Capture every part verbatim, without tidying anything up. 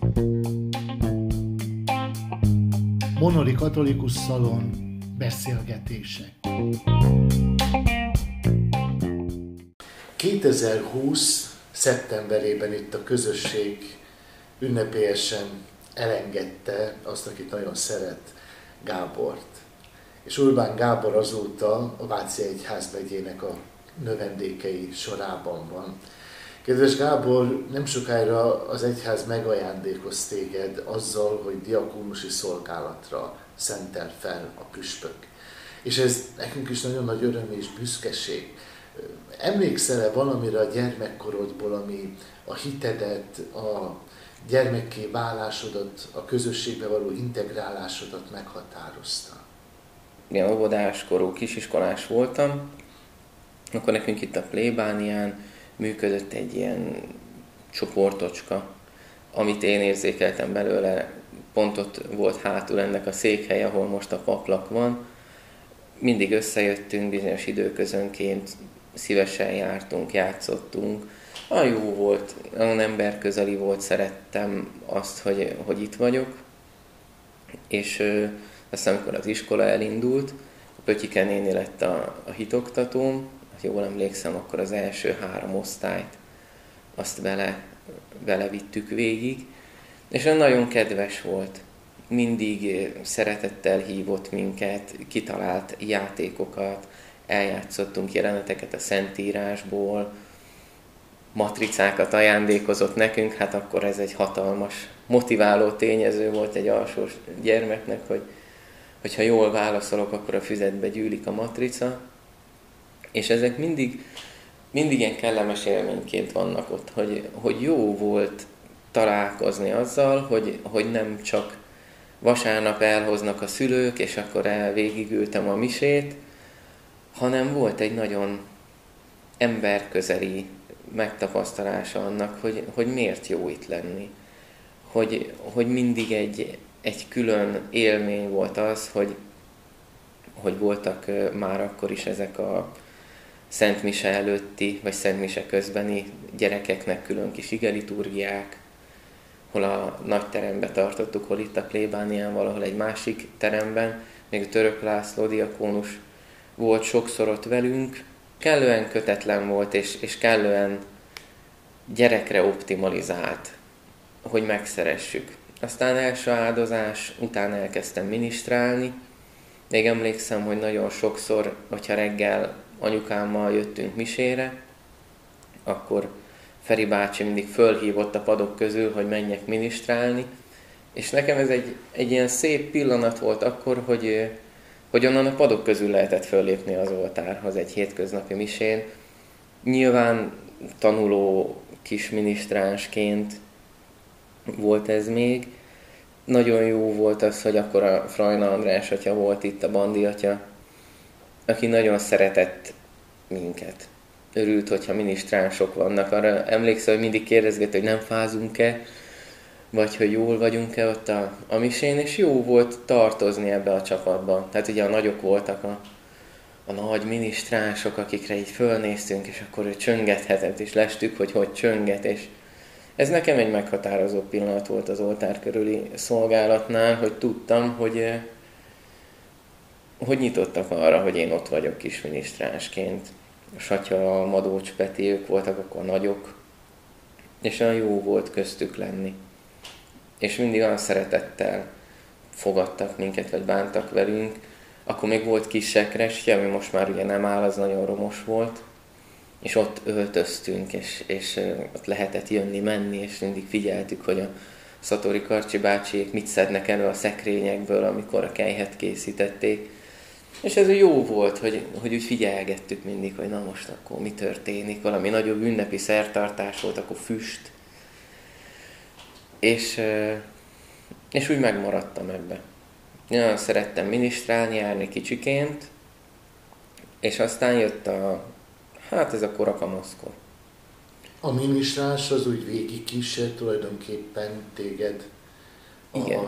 Monori Katolikus Szalon beszélgetések. kétezer-húsz. szeptemberében itt a közösség ünnepélyesen elengedte azt, akit nagyon szeret, Gábort. És Urbán Gábor azóta a Váci Egyházmegyének a növendékei sorában van. Kedves Gábor, nem sokára az egyház megajándékoz téged azzal, hogy diakónusi szolgálatra szentel fel a püspök. És ez nekünk is nagyon nagy öröm és büszkeség. Emlékszel-e valamire a gyermekkorodból, ami a hitedet, a gyermekké válásodat, a közösségbe való integrálásodat meghatározta? Igen, óvodáskorú kisiskolás voltam, akkor nekünk itt a plébánián működött egy ilyen csoportocska, amit én érzékeltem belőle, pont ott volt hátul ennek a székhely, ahol most a paplak van. Mindig összejöttünk bizonyos időközönként, szívesen jártunk, játszottunk. Olyan jó volt, olyan emberközeli volt, szerettem azt, hogy, hogy itt vagyok. És ö, aztán, amikor az iskola elindult, a Pötyike néni lett a, a hitoktatóm, jól emlékszem, akkor az első három osztályt azt vele, vele vittük végig, és nagyon kedves volt. Mindig szeretettel hívott minket, kitalált játékokat, eljátszottunk jeleneteket a Szentírásból, matricákat ajándékozott nekünk, hát akkor ez egy hatalmas motiváló tényező volt egy alsós gyermeknek, hogy hogyha jól válaszolok, akkor a füzetbe gyűlik a matrica, és ezek mindig, mindig ilyen kellemes élményként vannak ott, hogy, hogy jó volt találkozni azzal, hogy, hogy nem csak vasárnap elhoznak a szülők, és akkor el végigültem a misét, hanem volt egy nagyon emberközeli megtapasztalása annak, hogy, hogy miért jó itt lenni. Hogy, hogy mindig egy, egy külön élmény volt az, hogy, hogy voltak már akkor is ezek a Szent Mise előtti, vagy Szent Mise közbeni gyerekeknek külön kis igeliturgiák, hol a nagy teremben tartottuk, hol itt a plébánián, valahol egy másik teremben, még a Török László diakónus volt sokszor ott velünk, kellően kötetlen volt, és, és kellően gyerekre optimalizált, hogy megszeressük. Aztán első áldozás után elkezdtem minisztrálni, még emlékszem, hogy nagyon sokszor, hogyha reggel anyukámmal jöttünk misére, akkor Feri bácsi mindig fölhívott a padok közül, hogy menjek minisztrálni, és nekem ez egy, egy ilyen szép pillanat volt akkor, hogy, hogy onnan a padok közül lehetett föllépni az oltárhoz egy hétköznapi misén. Nyilván tanuló kis minisztránsként volt ez még. Nagyon jó volt az, hogy akkor a Frajna András atya volt itt, a Bandi atya, aki nagyon szeretett minket. Örült, hogyha minisztránsok vannak. Arra emlékszem, hogy mindig kérdezget, hogy nem fázunk-e, vagy hogy jól vagyunk-e ott a, a misén, és jó volt tartozni ebbe a csapatba. Tehát ugye a nagyok voltak a, a nagy minisztránsok, akikre így fölnéztünk, és akkor ő csöngethetett, és lestük, hogy hogy csönget, és ez nekem egy meghatározó pillanat volt az oltár körüli szolgálatnál, hogy tudtam, hogy, hogy nyitottak arra, hogy én ott vagyok kis minisztránsként. A Satya, a Madócs Peti, ők voltak akkor nagyok, és olyan jó volt köztük lenni. És mindig olyan szeretettel fogadtak minket, vagy bántak velünk. Akkor még volt kis Sekrestye, ami most már ugye nem áll, az nagyon romos volt. És ott öltöztünk, és, és ott lehetett jönni, menni, és mindig figyeltük, hogy a Szatori Karcsi bácsiék mit szednek elő a szekrényekből, amikor a kejhet készítették. És ez jó volt, hogy, hogy úgy figyelgettük mindig, hogy na most akkor mi történik, valami nagyobb ünnepi szertartás volt, akkor füst. És, és úgy megmaradtam ebbe. Nagyon szerettem minisztrálni, járni kicsiként, és aztán jött a, hát ez a korakamaszkor. A minisztráns az úgy végig kísért tulajdonképpen téged a Igen.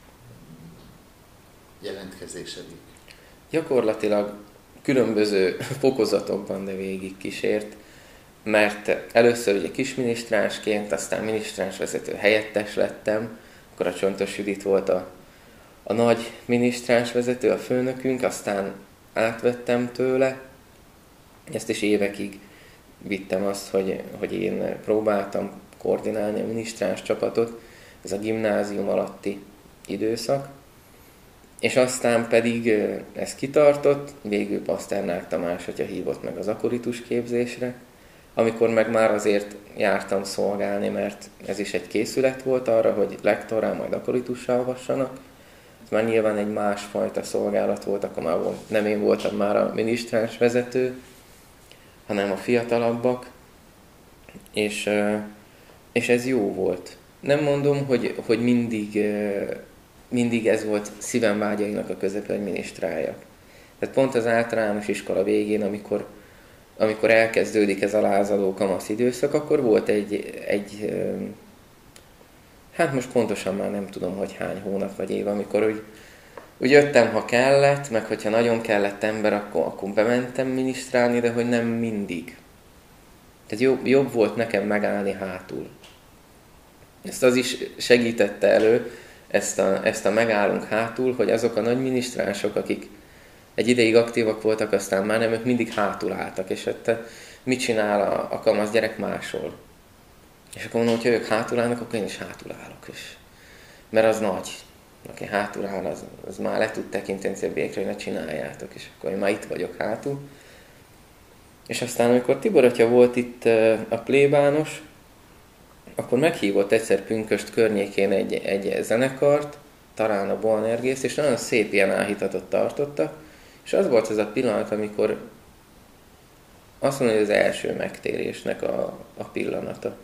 jelentkezésedik. Gyakorlatilag különböző fokozatokban, de végig kísért. mert először ugye kisminisztránsként, aztán minisztránsvezető helyettes lettem, akkor a Csontos Judit volt a, a nagy minisztránsvezető, a főnökünk, aztán átvettem tőle, ezt is évekig vittem azt, hogy, hogy én próbáltam koordinálni a minisztráns csapatot, ez a gimnázium alatti időszak, és aztán pedig ez kitartott, végül Paszternák Tamás atya hívott meg az akoritus képzésre, amikor meg már azért jártam szolgálni, mert ez is egy készület volt arra, hogy lektorrá majd akoritussal olvassanak. Ez már nyilván egy másfajta szolgálat volt, akkor már volt, nem én voltam már a minisztráns vezető, hanem a fiatalabbak, és, és ez jó volt. Nem mondom, hogy, hogy mindig, mindig ez volt szívem vágyainak a közepe, hogy minisztráljak. Tehát pont az általános iskola végén, amikor, amikor elkezdődik ez a lázadó kamasz időszak, akkor volt egy, egy, hát most pontosan már nem tudom, hogy hány hónap vagy év, amikor úgy, úgy jöttem, ha kellett, meg hogyha nagyon kellett ember, akkor, akkor bementem minisztrálni, de hogy nem mindig. Tehát jobb, jobb volt nekem megállni hátul. Ezt az is segítette elő, ezt a, ezt a megállunk hátul, hogy azok a nagy minisztránsok, akik egy ideig aktívak voltak, aztán már nem, ők mindig hátul álltak, és hát mit csinál a, a kamasz gyerek máshol? És akkor mondom, hogy ha ők hátul állnak, akkor én is hátul állok. És, mert az nagy. Aki hátul áll, az, az már le tud tekinteni szépiekre, hogy ne csináljátok, és akkor én már itt vagyok hátul. És aztán, amikor Tibor atya volt itt a plébános, akkor meghívott egyszer Pünkösd környékén egy, egy zenekart, talán a Boanergészt, és nagyon szép ilyen áhítatot tartottak, és az volt az a pillanat, amikor azt mondom, hogy az első megtérésnek a, a pillanata.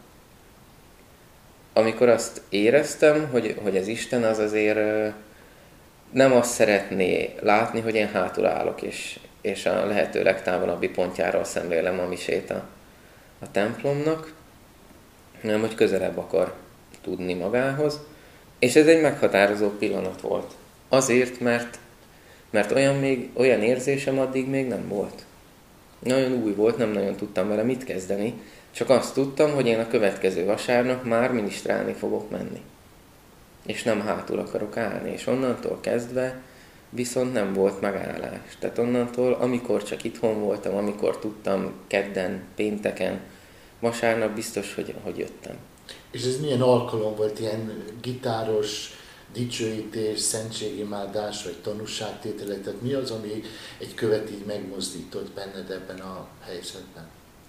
Amikor azt éreztem, hogy, hogy ez Isten, az azért nem azt szeretné látni, hogy én hátul állok, és, és a lehető legtávolabbi pontjáról szemlélem a misét a, a templomnak, hanem hogy közelebb akar tudni magához. És ez egy meghatározó pillanat volt. Azért, mert, mert olyan, még, olyan érzésem addig még nem volt. Nagyon új volt, nem nagyon tudtam vele mit kezdeni, csak azt tudtam, hogy én a következő vasárnap már minisztrálni fogok menni. És nem hátul akarok állni. És onnantól kezdve viszont nem volt megállás. Tehát onnantól, amikor csak itthon voltam, amikor tudtam kedden, pénteken, vasárnap biztos, hogy, hogy jöttem. És ez milyen alkalom volt, ilyen gitáros dicsőítés, szentségimádás, vagy tanúságtétele? Tehát mi az, ami egy követ így megmozdított benned ebben a helyzetben?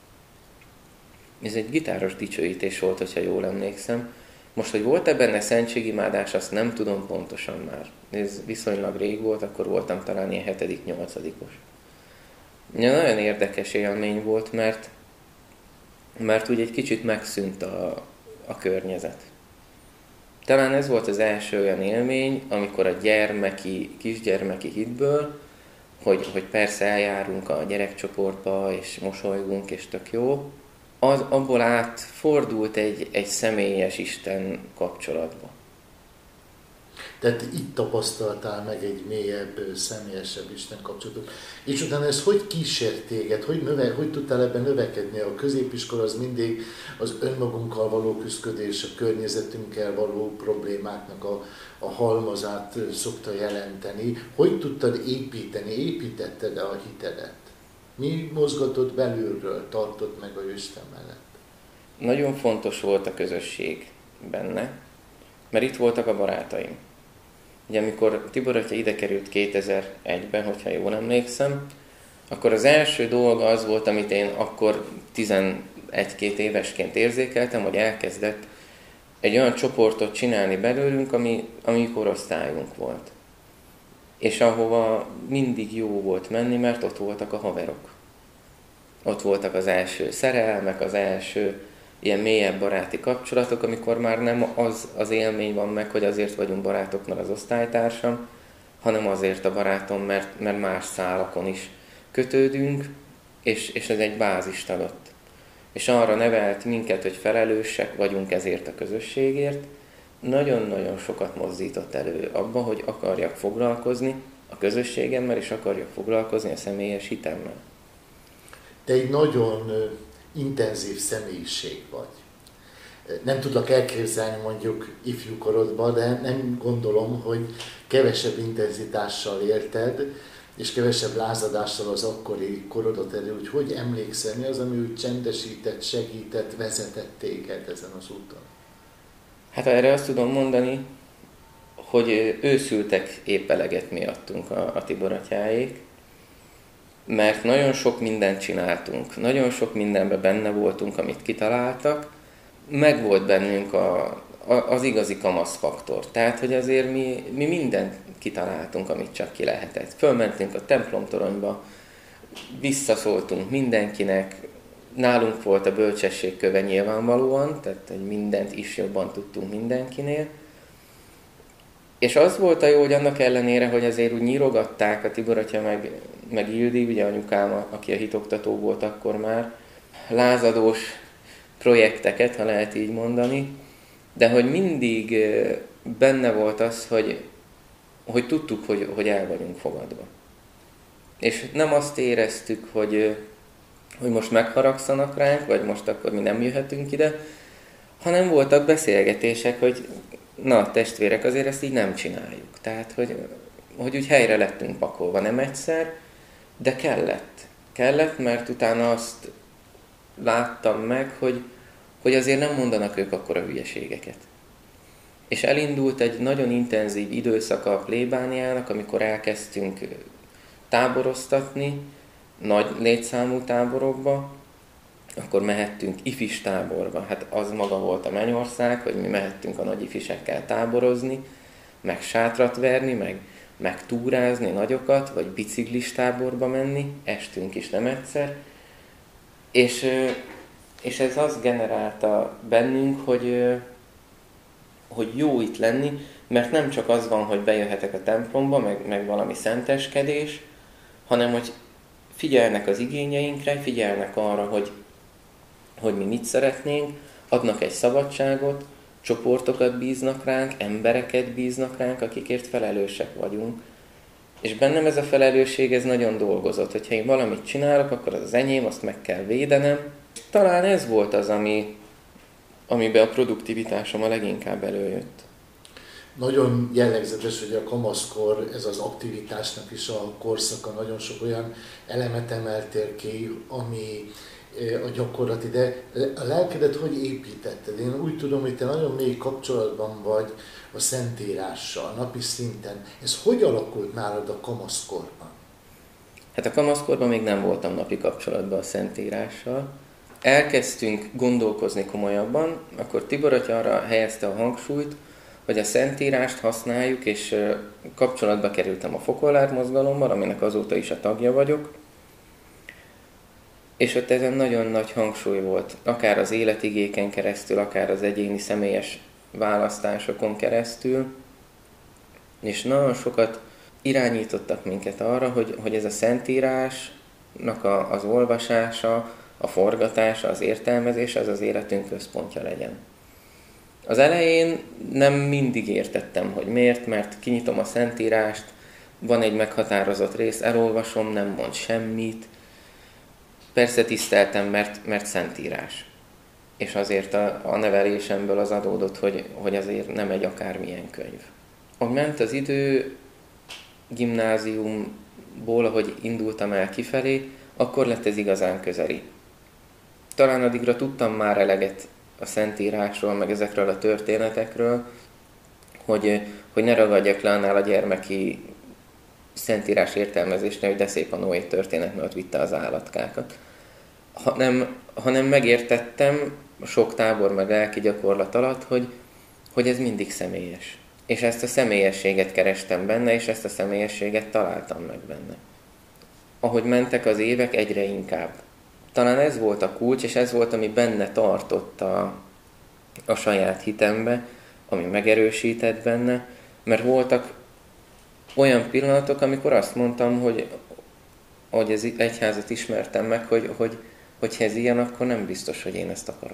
Ez egy gitáros dicsőítés volt, hogyha jól emlékszem. Most, hogy volt-e benne szentségimádás, azt nem tudom pontosan már. Ez viszonylag rég volt, akkor voltam talán ilyen hetedik, nyolcadikos. Nagyon érdekes élmény volt, mert, mert úgy egy kicsit megszűnt a, a környezet. Talán ez volt az első olyan élmény, amikor a gyermeki, kisgyermeki hitből, hogy, hogy persze eljárunk a gyerekcsoportba, és mosolygunk, és tök jó, az abból átfordult egy, egy személyes Isten kapcsolatba. Tehát itt tapasztaltál meg egy mélyebb, személyesebb Isten kapcsolatot. És utána ez hogy kísért téged? Hogy, növe, hogy tudtál ebben növekedni? A középiskola az mindig az önmagunkkal való küszködés, a környezetünkkel való problémáknak a, a halmazát szokta jelenteni. Hogy tudtad építeni, építetted a hitedet? Mi mozgatott belülről, tartott meg a Isten mellett? Nagyon fontos volt a közösség benne, mert itt voltak a barátaim. Ugye amikor Tibor atya ide került kétezer-egyben, hogyha jól emlékszem, akkor az első dolga az volt, amit én akkor tizenegy-két évesként érzékeltem, hogy elkezdett egy olyan csoportot csinálni belőlünk, ami, ami korosztályunk volt. És ahova mindig jó volt menni, mert ott voltak a haverok. Ott voltak az első szerelmek, az első ilyen mélyebb baráti kapcsolatok, amikor már nem az az élmény van meg, hogy azért vagyunk barátok, mert az osztálytársam, hanem azért a barátom, mert, mert más szálakon is kötődünk, és, és ez egy bázist adott. És arra nevelt minket, hogy felelősek vagyunk ezért a közösségért, nagyon-nagyon sokat mozdított elő abba, hogy akarjak foglalkozni a közösségemmel, és akarjak foglalkozni a személyes hitemmel. Te egy nagyon intenzív személyiség vagy. Nem tudlak elképzelni mondjuk ifjúkorodban, de nem gondolom, hogy kevesebb intenzitással élted, és kevesebb lázadással az akkori korodat elő, hogy hogy emlékszel, mi az, ami úgy csendesített, segített, vezetett téged ezen az úton? Hát erre azt tudom mondani, hogy őszültek épp eleget miattunk a, a Tibor atyáék, mert nagyon sok mindent csináltunk, nagyon sok mindenben benne voltunk, amit kitaláltak, meg volt bennünk a, a, az igazi kamaszfaktor. Tehát, hogy azért mi, mi mindent kitaláltunk, amit csak ki lehetett. Fölmentünk a templomtoronyba, visszaszóltunk mindenkinek, nálunk volt a bölcsesség köve nyilvánvalóan, tehát hogy mindent is jobban tudtunk mindenkinél. És az volt a jó, hogy annak ellenére, hogy azért úgy nyírogatták a Tibor atya meg, meg Ildi, ugye anyukám, aki a hitoktató volt akkor már, lázadós projekteket, ha lehet így mondani, de hogy mindig benne volt az, hogy, hogy tudtuk, hogy, hogy el vagyunk fogadva. És nem azt éreztük, hogy, hogy most megharagszanak ránk, vagy most akkor mi nem jöhetünk ide, hanem voltak beszélgetések, hogy na testvérek, azért ezt így nem csináljuk. Tehát, hogy, hogy úgy helyre lettünk pakolva, nem egyszer, de kellett. Kellett, mert utána azt láttam meg, hogy, hogy azért nem mondanak ők akkor a hülyeségeket. És elindult egy nagyon intenzív időszaka a plébániának, amikor elkezdtünk táboroztatni, nagy létszámú táborokba, akkor mehettünk ifis táborba. Hát az maga volt a mennyország, hogy mi mehettünk a nagy ifisekkel táborozni, meg sátrat verni, meg, meg túrázni nagyokat, vagy biciklis táborba menni, estünk is nem egyszer. És, és ez azt generálta bennünk, hogy, hogy jó itt lenni, mert nem csak az van, hogy bejöhetek a templomba, meg, meg valami szenteskedés, hanem hogy figyelnek az igényeinkre, figyelnek arra, hogy, hogy mi mit szeretnénk, adnak egy szabadságot, csoportokat bíznak ránk, embereket bíznak ránk, akikért felelősek vagyunk. És bennem ez a felelősség, ez nagyon dolgozott. Hogyha én valamit csinálok, akkor az az enyém, azt meg kell védenem. Talán ez volt az, ami, amiben a produktivitásom a leginkább előjött. Nagyon jellegzetes, hogy a kamaszkor, ez az aktivitásnak is a korszaka, nagyon sok olyan elemet emeltél ki, ami a gyakorlati, de a lelkedet hogy építetted? Én úgy tudom, hogy te nagyon mély kapcsolatban vagy a Szentírással, napi szinten. Ez hogy alakult nálad a kamaszkorban? Hát a kamaszkorban még nem voltam napi kapcsolatban a Szentírással. Elkezdtünk gondolkozni komolyabban, akkor Tibor atya arra helyezte a hangsúlyt, hogy a Szentírást használjuk, és kapcsolatba kerültem a Fokolár mozgalommal, aminek azóta is a tagja vagyok. És ott ezen nagyon nagy hangsúly volt, akár az életigéken keresztül, akár az egyéni személyes választásokon keresztül. És nagyon sokat irányítottak minket arra, hogy, hogy ez a Szentírásnak a, az olvasása, a forgatása, az értelmezése, az az életünk központja legyen. Az elején nem mindig értettem, hogy miért, mert kinyitom a Szentírást, van egy meghatározott rész, elolvasom, nem mond semmit. Persze tiszteltem, mert, mert Szentírás. És azért a, a nevelésemből az adódott, hogy, hogy azért nem egy akármilyen könyv. Ahogy ment az idő, gimnáziumból, ahogy indultam el kifelé, akkor lett ez igazán közeli. Talán addigra tudtam már eleget a Szentírásról, meg ezekről a történetekről, hogy, hogy ne ragadjak le annál a gyermeki Szentírás értelmezésnél, hogy de szép a Noé történet, mert ott vitte az állatkákat. Hanem, hanem megértettem sok tábor meg lelki gyakorlat alatt, hogy, hogy ez mindig személyes. És ezt a személyességet kerestem benne, és ezt a személyességet találtam meg benne. Ahogy mentek az évek, egyre inkább. Talán ez volt a kulcs, és ez volt, ami benne tartott a, a saját hitembe, ami megerősített benne, mert voltak olyan pillanatok, amikor azt mondtam, hogy, hogy ez egyházat ismertem meg, hogy, hogy, hogy ha ez ilyen, akkor nem biztos, hogy én ezt akarom.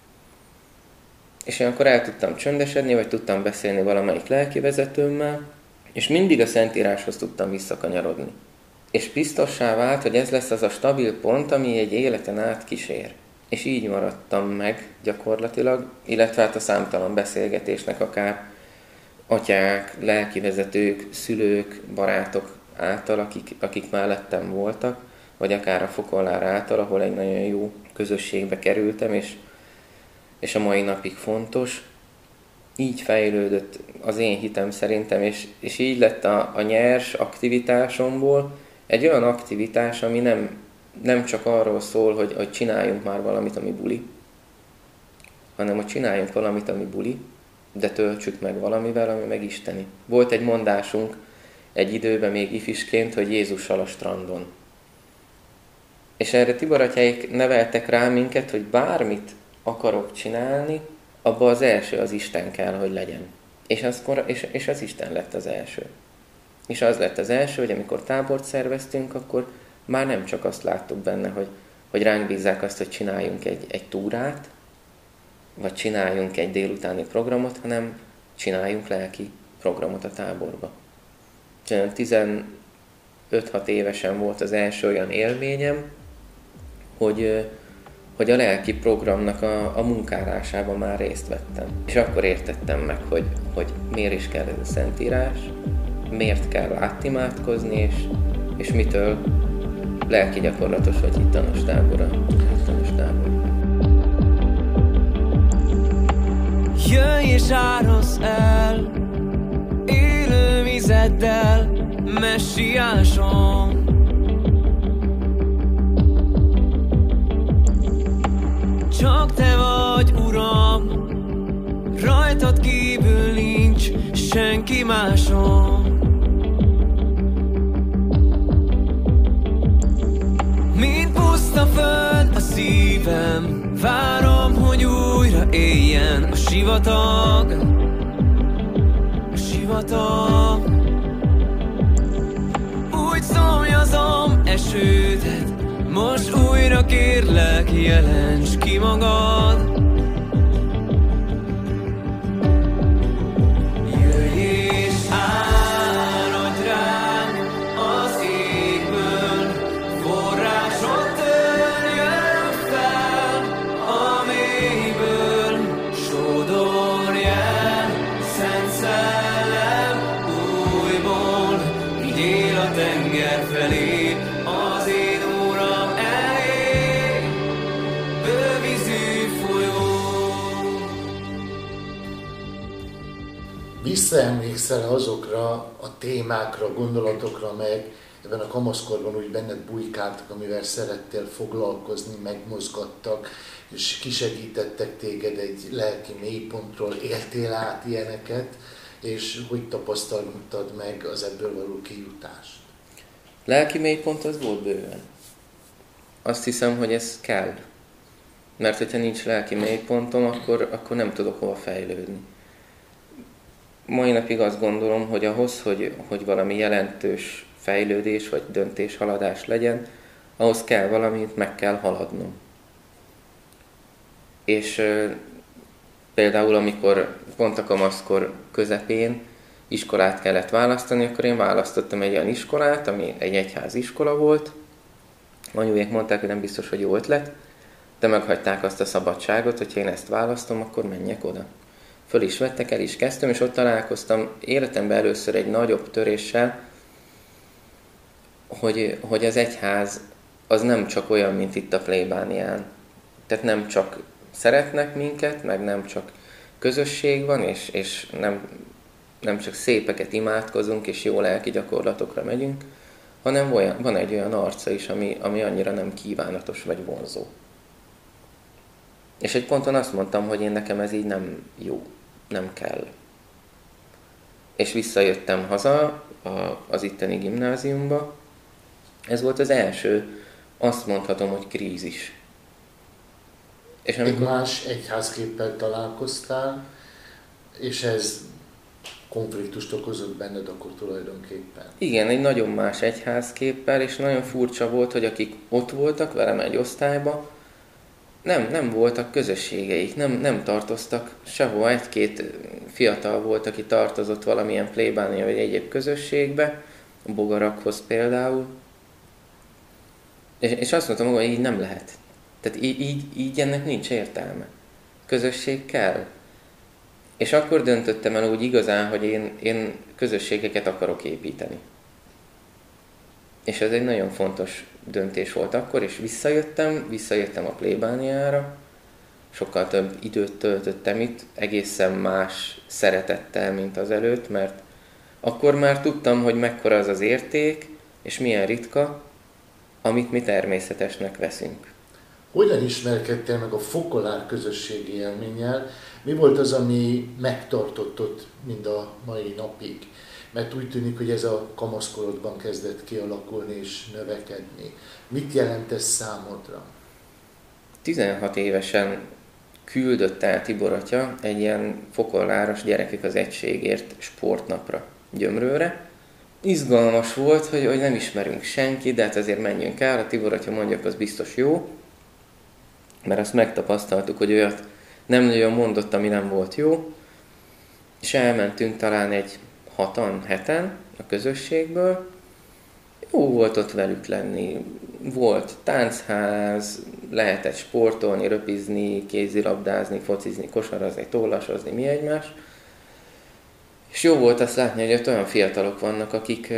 És én akkor el tudtam csöndesedni, vagy tudtam beszélni valamelyik lelkivezetőmmel, és mindig a Szentíráshoz tudtam visszakanyarodni. És biztossá vált, hogy ez lesz az a stabil pont, ami egy életen át kísér. és így maradtam meg gyakorlatilag, illetve hát a számtalan beszélgetésnek akár atyák, lelkivezetők, szülők, barátok által, akik, akik mellettem voltak, vagy akár a Fokollár által, ahol egy nagyon jó közösségbe kerültem, és, és a mai napig fontos. Így fejlődött az én hitem szerintem, és, és így lett a, a nyers aktivitásomból egy olyan aktivitás, ami nem, nem csak arról szól, hogy, hogy csináljunk már valamit, ami buli, hanem hogy csináljunk valamit, ami buli, de töltsük meg valamivel, ami meg isteni. Volt egy mondásunk egy időben még ifisként, hogy Jézussal a strandon. És erre Tibor atyáik neveltek rá minket, hogy bármit akarok csinálni, abban az első az Isten kell, hogy legyen. És az, és, és az Isten lett az első. És az lett az első, hogy amikor tábort szerveztünk, akkor már nem csak azt láttuk benne, hogy, hogy ránk bízzák azt, hogy csináljunk egy, egy túrát, vagy csináljunk egy délutáni programot, hanem csináljunk lelki programot a táborba. tizenöt-hat évesen volt az első olyan élményem, hogy, hogy a lelki programnak a, a munkálásában már részt vettem. És akkor értettem meg, hogy, hogy miért is kell ez a Szentírás, miért kell átimádkozni, és, és mitől lelki gyakorlatos vagy hittanos tábora. Hittanos tábor. Jöjj és árasz el, élő vizeddel, messiásom. Csak te vagy, Uram, rajtad kívül nincs senki másom. Mint puszta föld a szívem, várom, hogy újra éljen a sivatag, a sivatag. Úgy szomjazom esődet, most újra kérlek, jelents ki magad. Jöjj és áradj ránk az égből, forrásod törjön fel a mélyből. Sodorj el, Szent Szellem, újból, vigyél a tenger felé, az én Uram elé, bővízű folyó. Visszaemlékszel azokra a témákra, gondolatokra, amelyek ebben a kamaszkorban úgy benned bujkáltak, amivel szerettél foglalkozni, megmozgattak, és kisegítettek téged egy lelki mélypontról, éltél át ilyeneket, és hogy tapasztaltad meg az ebből való kijutást? Lelki mélypont az volt bőven. Azt hiszem, hogy ez kell. Mert hogyha nincs lelki mélypontom, akkor, akkor nem tudok hova fejlődni. Mai napig azt gondolom, hogy ahhoz, hogy, hogy valami jelentős fejlődés vagy döntéshaladás legyen, ahhoz kell valamit, meg kell haladnom. És e, például amikor pont a kamaszkor közepén iskolát kellett választani, akkor én választottam egy olyan iskolát, ami egy egyházi iskola volt. Anyuék mondták, hogy nem biztos, hogy jó ötlet, de meghagyták azt a szabadságot, hogyha én ezt választom, akkor menjek oda. Föl is vettek, el is kezdtem, és ott találkoztam életemben először egy nagyobb töréssel, hogy, hogy az egyház az nem csak olyan, mint itt a plébánián. Tehát nem csak szeretnek minket, meg nem csak közösség van, és, és nem, nem csak szépeket imádkozunk, és jó lelki gyakorlatokra megyünk, hanem olyan, van egy olyan arca is, ami, ami annyira nem kívánatos vagy vonzó. És egy ponton azt mondtam, hogy én nekem ez így nem jó, nem kell. És visszajöttem haza a, az itteni gimnáziumba. Ez volt az első, azt mondhatom, hogy krízis. És amikor... Egy más egyházképpel találkoztál, és ez konfliktust okozott benned akkor tulajdonképpen. Igen, egy nagyon más egyházképpel, és nagyon furcsa volt, hogy akik ott voltak velem egy osztályba, nem, nem voltak közösségeik, nem, nem tartoztak sehol. Egy-két fiatal volt, aki tartozott valamilyen plébánia vagy egyéb közösségbe, a bogarakhoz például. És, és azt mondtam, hogy így nem lehet. Tehát így, így, így ennek nincs értelme. Közösség kell. És akkor döntöttem el úgy igazán, hogy én, én közösségeket akarok építeni. És ez egy nagyon fontos döntés volt akkor, és visszajöttem, visszajöttem a plébániára, sokkal több időt töltöttem itt, egészen más szeretettel, mint az előtt, mert akkor már tudtam, hogy mekkora az az érték, és milyen ritka, amit mi természetesnek veszünk. Hogyan ismerkedtél meg a Fokolár közösségi élménnyel? Mi volt az, ami megtartott ott mind a mai napig? Mert úgy tűnik, hogy ez a kamaszkorodban kezdett kialakulni és növekedni. Mit jelent ez számodra? tizenhat évesen küldött el Tibor atya egy ilyen fokoláros Gyerekek az Egységért sportnapra Gyömrőre. Izgalmas volt, hogy, hogy nem ismerünk senkit, de hát azért menjünk el, a Tibor atya mondja, az biztos jó, mert azt megtapasztaltuk, hogy olyat nem nagyon mondott, ami nem volt jó, és elmentünk talán egy hatan, heten a közösségből. Jó volt ott velük lenni, volt táncház, lehetett sportolni, röpizni, kézilabdázni, focizni, kosarazni, tollasozni, mi egymás. És jó volt azt látni, hogy ott olyan fiatalok vannak, akik,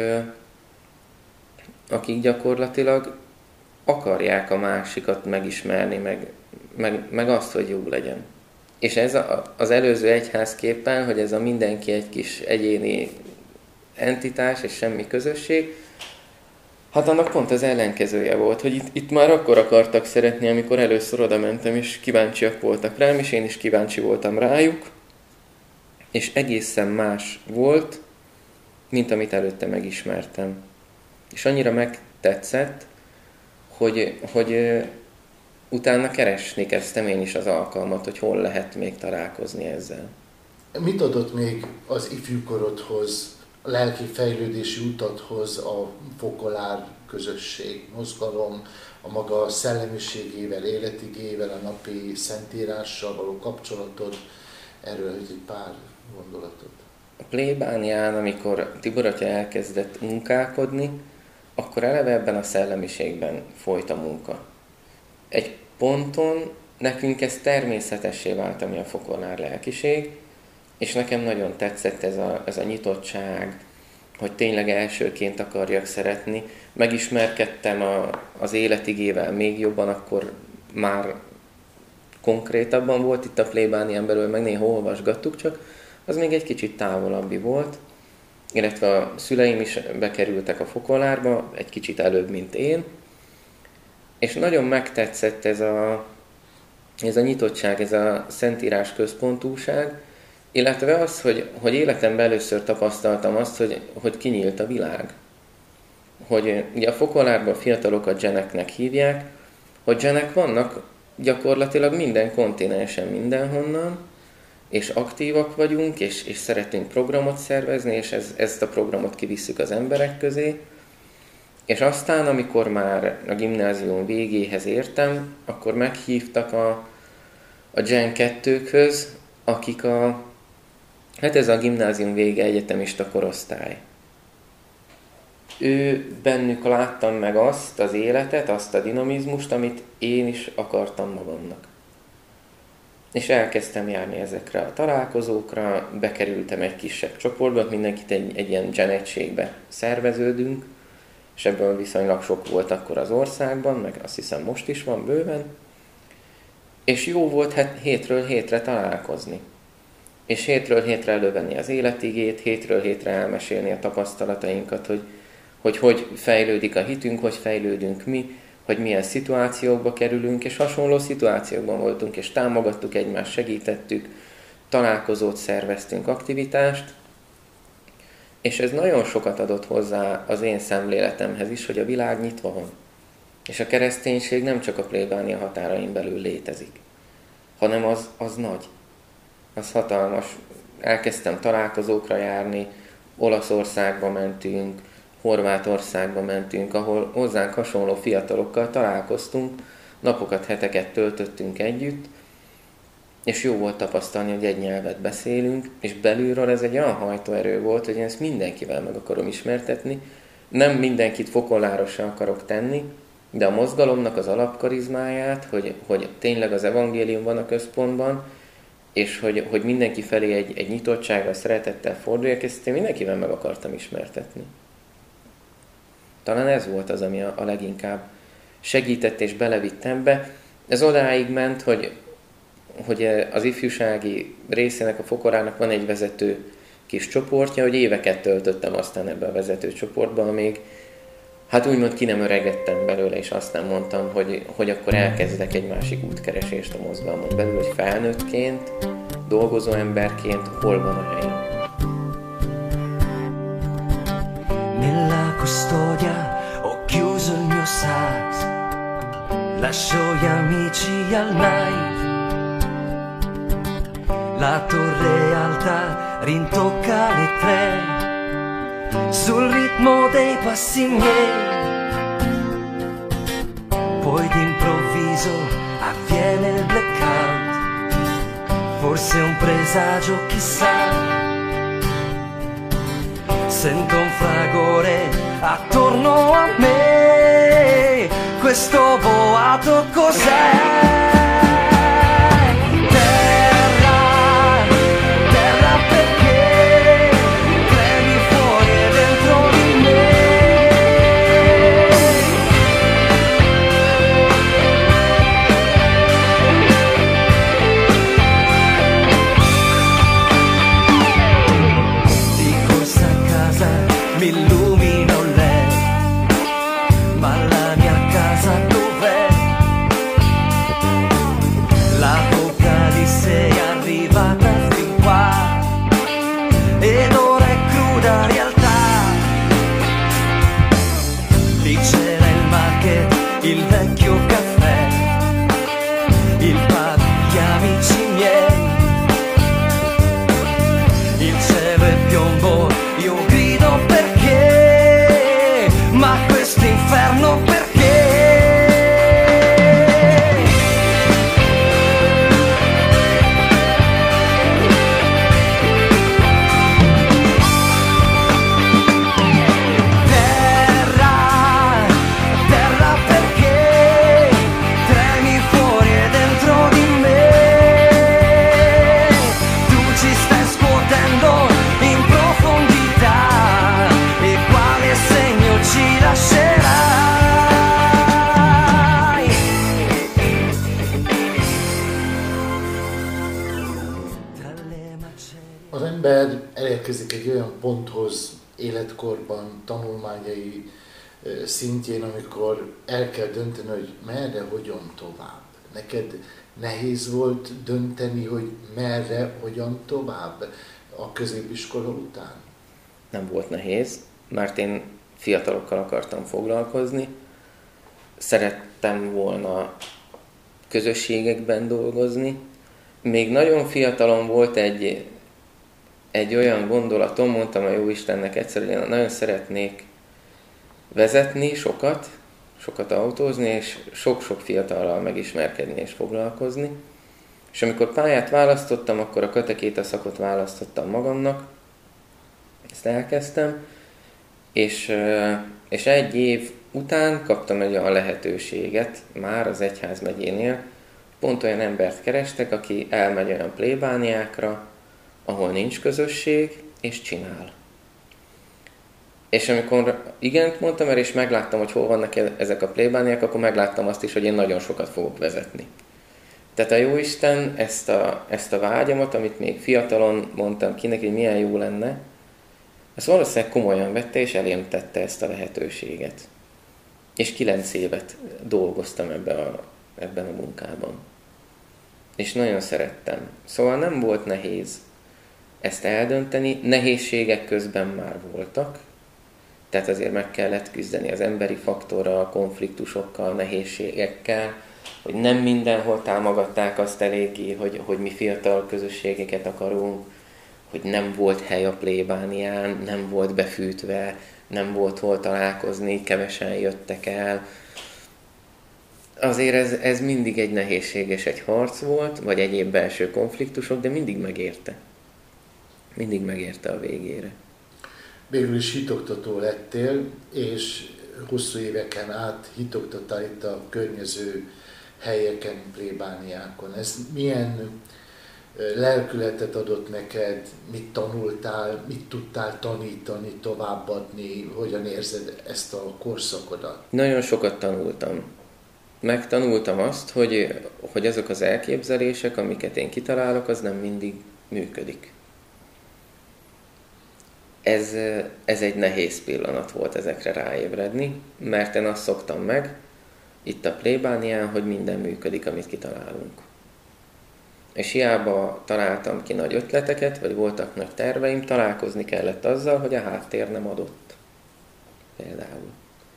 akik gyakorlatilag akarják a másikat megismerni, meg, meg, meg azt, hogy jó legyen. És ez a, az előző egyházképpen, hogy ez a mindenki egy kis egyéni entitás és semmi közösség, hát annak pont az ellenkezője volt, hogy itt, itt már akkor akartak szeretni, amikor először oda mentem, és kíváncsiak voltak rám, és én is kíváncsi voltam rájuk, és egészen más volt, mint amit előtte megismertem. És annyira megtetszett, hogy, hogy utána keresni kezdtem én is az alkalmat, hogy hol lehet még találkozni ezzel. Mit adott még az ifjúkorodhoz, a lelki fejlődési utathoz a Fokolár közösség, mozgalom, a maga szellemiségével, életigével, a napi szentírással való kapcsolatod? Erről egy pár gondolatot. A plébánián, amikor Tibor atya elkezdett munkálkodni, akkor eleve ebben a szellemiségben folyt a munka. Egy ponton nekünk ez természetessé vált, ami a Fokolár lelkiség, és nekem nagyon tetszett ez a, ez a nyitottság, hogy tényleg elsőként akarjak szeretni. Megismerkedtem a, az életigével még jobban, akkor már konkrétabban volt itt a plébánián belül, meg néha olvasgattuk, csak az még egy kicsit távolabbi volt, illetve a szüleim is bekerültek a Fokolárba, egy kicsit előbb, mint én, és nagyon megtetszett ez a, ez a nyitottság, ez a szentírás központúság, illetve az, hogy, hogy életemben először tapasztaltam azt, hogy, hogy kinyílt a világ. Hogy ugye a Fokolárban a fiatalokat dzseneknek hívják, hogy dzsenek vannak gyakorlatilag minden kontinensen, mindenhonnan, és aktívak vagyunk, és, és szeretünk programot szervezni, és ez, ezt a programot kivisszük az emberek közé. És aztán, amikor már a gimnázium végéhez értem, akkor meghívtak a, a Gen kettőkhöz, akik a, hát ez a gimnázium vége egyetemista korosztály. Ő bennük láttam meg azt az életet, azt a dinamizmust, amit én is akartam magamnak. És elkezdtem járni ezekre a találkozókra, bekerültem egy kisebb csoportba, mindenkit egy, egy ilyen Gen egységbe szerveződünk, és ebből viszonylag sok volt akkor az országban, meg azt hiszem most is van bőven, és jó volt hát hétről hétre találkozni. És hétről hétre elővenni az életigét, hétről hétre elmesélni a tapasztalatainkat, hogy hogy hogy fejlődik a hitünk, hogy fejlődünk mi, hogy milyen szituációkba kerülünk, és hasonló szituációkban voltunk, és támogattuk egymást, segítettük, találkozót szerveztünk, aktivitást, és ez nagyon sokat adott hozzá az én szemléletemhez is, hogy a világ nyitva van. És a kereszténység nem csak a plébánia határain belül létezik, hanem az, az nagy, az hatalmas. Elkezdtem találkozókra járni, Olaszországba mentünk, Horvátországba mentünk, ahol hozzánk hasonló fiatalokkal találkoztunk, napokat, heteket töltöttünk együtt, és jó volt tapasztalni, hogy egy nyelvet beszélünk, és belülről ez egy olyan hajtóerő volt, hogy én ezt mindenkivel meg akarom ismertetni. Nem mindenkit fokolárosra akarok tenni, de a mozgalomnak az alapkarizmáját, hogy, hogy tényleg az evangélium van a központban, és hogy, hogy mindenki felé egy, egy nyitottsággal, szeretettel forduljak, ezt én mindenkivel meg akartam ismertetni. Talán ez volt az, ami a, a leginkább segített és belevitt ebbe. Ez odáig ment, hogy, hogy az ifjúsági részének, a Fokorának van egy vezető kis csoportja, hogy éveket töltöttem aztán ebbe a vezető csoportba, amíg hát úgymond ki nem öregettem belőle, és aztán mondtam, hogy, hogy akkor elkezdek egy másik útkeresést a mozgalmon belül, hogy felnőttként, dolgozó emberként hol van a helyem. Nella custodia ho chiuso il mio sas, lascio gli amici al night, la torre alta rintocca le tre, sul ritmo dei passi miei, poi d'improvviso avviene il blackout, forse un presagio chissà. Sento un fragore attorno a me, questo boato cos'è? Terra, terra perché tremi fuori e dentro di me. Di corsa a casa mi illumino lei, ma la mia casa dov'è? L'Apocalisse è arrivata fin qua ed ora è cruda realtà. Lì c'era il market, il vecchio caffè, il pub, gli amici miei, il cielo è piombo, io grido perché, ma questo inferno perché? Terra, terra perché tremi fuori e dentro di me. Tu ci stai scuotendo in profondità e quale segno ci lascerai? Tra le macerie. Az ember elérkezik egy olyan ponthoz életkorban, tanulmányai ö, szintjén, amikor el kell dönteni, hogy merre, hogyan tovább. Neked nehéz volt dönteni, hogy merre, hogyan tovább a középiskola után? Nem volt nehéz, mert én fiatalokkal akartam foglalkozni. Szerettem volna közösségekben dolgozni. Még nagyon fiatalon volt egy, egy olyan gondolatom, mondtam a Jóistennek egyszer, hogy én nagyon szeretnék vezetni sokat, sokat autózni, és sok-sok fiatallal megismerkedni és foglalkozni. És amikor pályát választottam, akkor a katekéta szakot választottam magamnak, ezt elkezdtem, és, és egy év után kaptam egy olyan lehetőséget, már az egyházmegyénél, pont olyan embert kerestek, aki elmegy olyan plébániákra, ahol nincs közösség, és csinál. És amikor igent mondtam erre, és megláttam, hogy hol vannak ezek a plébániák, akkor megláttam azt is, hogy én nagyon sokat fogok vezetni. Tehát a Jóisten ezt a, ezt a vágyamat, amit még fiatalon mondtam ki neki, hogy milyen jó lenne, ezt valószínűleg komolyan vette, és elém tette ezt a lehetőséget. És kilenc évet dolgoztam ebben a, ebben a munkában. És nagyon szerettem. Szóval nem volt nehéz ezt eldönteni, nehézségek közben már voltak, tehát azért meg kellett küzdeni az emberi faktorral, konfliktusokkal, nehézségekkel, hogy nem mindenhol támogatták azt eléggé, hogy, hogy mi fiatal közösségeket akarunk, hogy nem volt hely a plébánián, nem volt befűtve, nem volt hol találkozni, kevesen jöttek el. Azért ez, ez mindig egy nehézséges egy harc volt, vagy egyéb belső konfliktusok, de mindig megérte. Mindig megérte a végére. Végül is hitoktató lettél, és hosszú éveken át hitoktattál itt a környező helyeken, plébániákon. Ez milyen lelkületet adott neked, mit tanultál, mit tudtál tanítani, továbbadni, hogyan érzed ezt a korszakodat? Nagyon sokat tanultam. Megtanultam azt, hogy, hogy azok az elképzelések, amiket én kitalálok, az nem mindig működik. Ez, ez egy nehéz pillanat volt ezekre ráébredni, mert én azt szoktam meg itt a plébánián, hogy minden működik, amit kitalálunk. És hiába találtam ki nagy ötleteket, vagy voltak nagy terveim, találkozni kellett azzal, hogy a háttér nem adott. Például.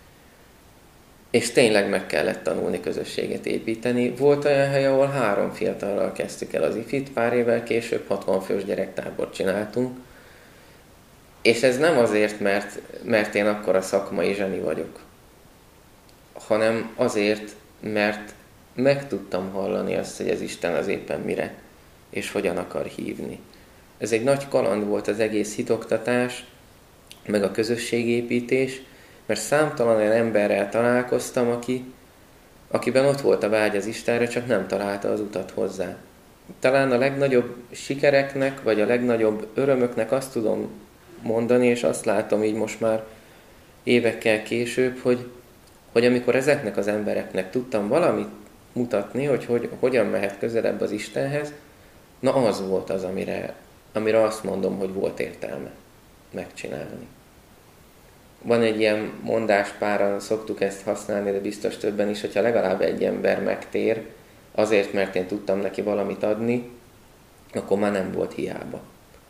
És tényleg meg kellett tanulni közösséget építeni. Volt olyan hely, ahol három fiatallal kezdtük el az ifit, pár évvel később hatvan fős gyerektábort csináltunk. És ez nem azért, mert, mert én akkora szakmai zseni vagyok, hanem azért, mert meg tudtam hallani azt, hogy az Isten az éppen mire, és hogyan akar hívni. Ez egy nagy kaland volt az egész hitoktatás, meg a közösségépítés, mert számtalan olyan emberrel találkoztam, aki, akiben ott volt a vágy az Istenre, csak nem találta az utat hozzá. Talán a legnagyobb sikereknek, vagy a legnagyobb örömöknek azt tudom mondani, és azt látom így most már évekkel később, hogy, hogy amikor ezeknek az embereknek tudtam valamit mutatni, hogy, hogy hogyan mehet közelebb az Istenhez, na az volt az, amire, amire azt mondom, hogy volt értelme megcsinálni. Van egy ilyen mondás, páran szoktuk ezt használni, de biztos többen is, hogyha legalább egy ember megtér, azért, mert én tudtam neki valamit adni, akkor már nem volt hiába.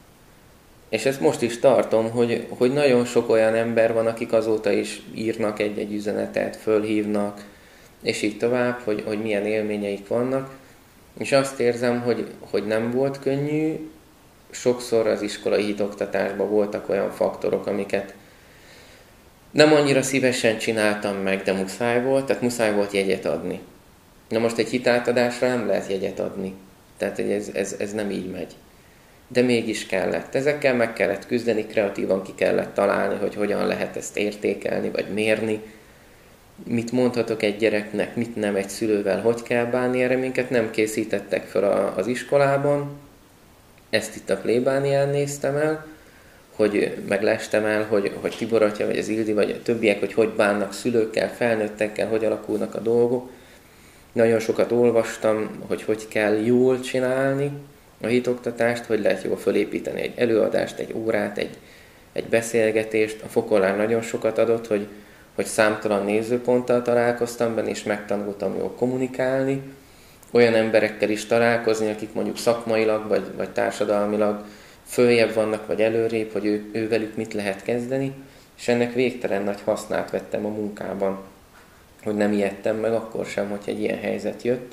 És ezt most is tartom, hogy, hogy nagyon sok olyan ember van, akik azóta is írnak egy-egy üzenetet, fölhívnak, és így tovább, hogy, hogy milyen élményeik vannak. És azt érzem, hogy, hogy nem volt könnyű, sokszor az iskolai hitoktatásban voltak olyan faktorok, amiket nem annyira szívesen csináltam meg, de muszáj volt, tehát muszáj volt jegyet adni. Na most egy hitátadásra nem lehet jegyet adni, tehát hogy ez, ez, ez nem így megy. De mégis kellett. Ezekkel meg kellett küzdeni, kreatívan ki kellett találni, hogy hogyan lehet ezt értékelni, vagy mérni. Mit mondhatok egy gyereknek, mit nem egy szülővel, hogy kell bánni, erre minket nem készítettek fel az iskolában. Ezt itt a plébánián néztem el, hogy meglestem el, hogy, hogy Tibor atya, vagy az Ildi, vagy a többiek, hogy hogy bánnak szülőkkel, felnőttekkel, hogy alakulnak a dolgok. Nagyon sokat olvastam, hogy hogy kell jól csinálni a hitoktatást, hogy lehet jól fölépíteni egy előadást, egy órát, egy, egy beszélgetést. A Fokolán nagyon sokat adott, hogy, hogy számtalan nézőponttal találkoztam benne, és megtanultam jól kommunikálni. Olyan emberekkel is találkozni, akik mondjuk szakmailag, vagy, vagy társadalmilag följebb vannak, vagy előrébb, hogy ő, ővelük mit lehet kezdeni, és ennek végtelen nagy hasznát vettem a munkában, hogy nem ijedtem meg akkor sem, hogy egy ilyen helyzet jött.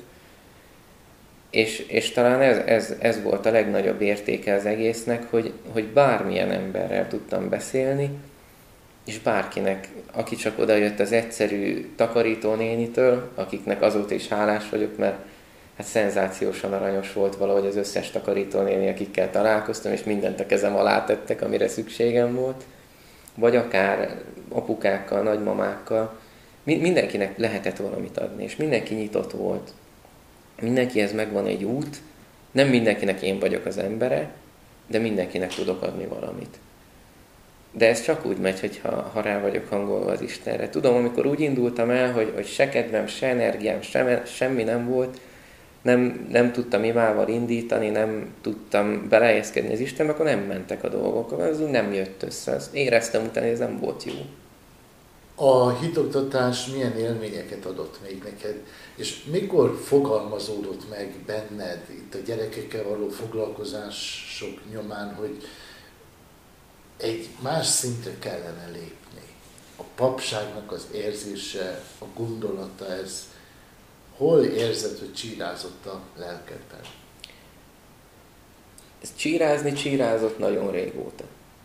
És, és talán ez, ez, ez volt a legnagyobb értéke az egésznek, hogy, hogy bármilyen emberrel tudtam beszélni, és bárkinek, aki csak odajött az egyszerű takarítónénitől, akiknek azóta is hálás vagyok, mert hát szenzációsan aranyos volt valahogy az összes takarítónéni, akikkel találkoztam, és mindent a kezem alá tettek, amire szükségem volt, vagy akár apukákkal, nagymamákkal. Mindenkinek lehetett valamit adni, és mindenki nyitott volt. Mindenkihez megvan egy út, nem mindenkinek én vagyok az embere, de mindenkinek tudok adni valamit. De ez csak úgy megy, hogyha ha rá vagyok hangolva az Istenre. Tudom, amikor úgy indultam el, hogy, hogy se kedvem, se energiám, se, semmi nem volt, nem, nem tudtam imával indítani, nem tudtam belehelyezkedni az Istenbe, akkor nem mentek a dolgok. Az úgy nem jött össze. Azt éreztem utána, hogy ez nem volt jó. A hitoktatás milyen élményeket adott még neked, és mikor fogalmazódott meg benned itt a gyerekekkel való foglalkozások nyomán, hogy egy más szintre kellene lépni? A papságnak az érzése, a gondolata, ez hol érzed, hogy csírázott a lelkedben? Ez csírázni csírázott nagyon régóta.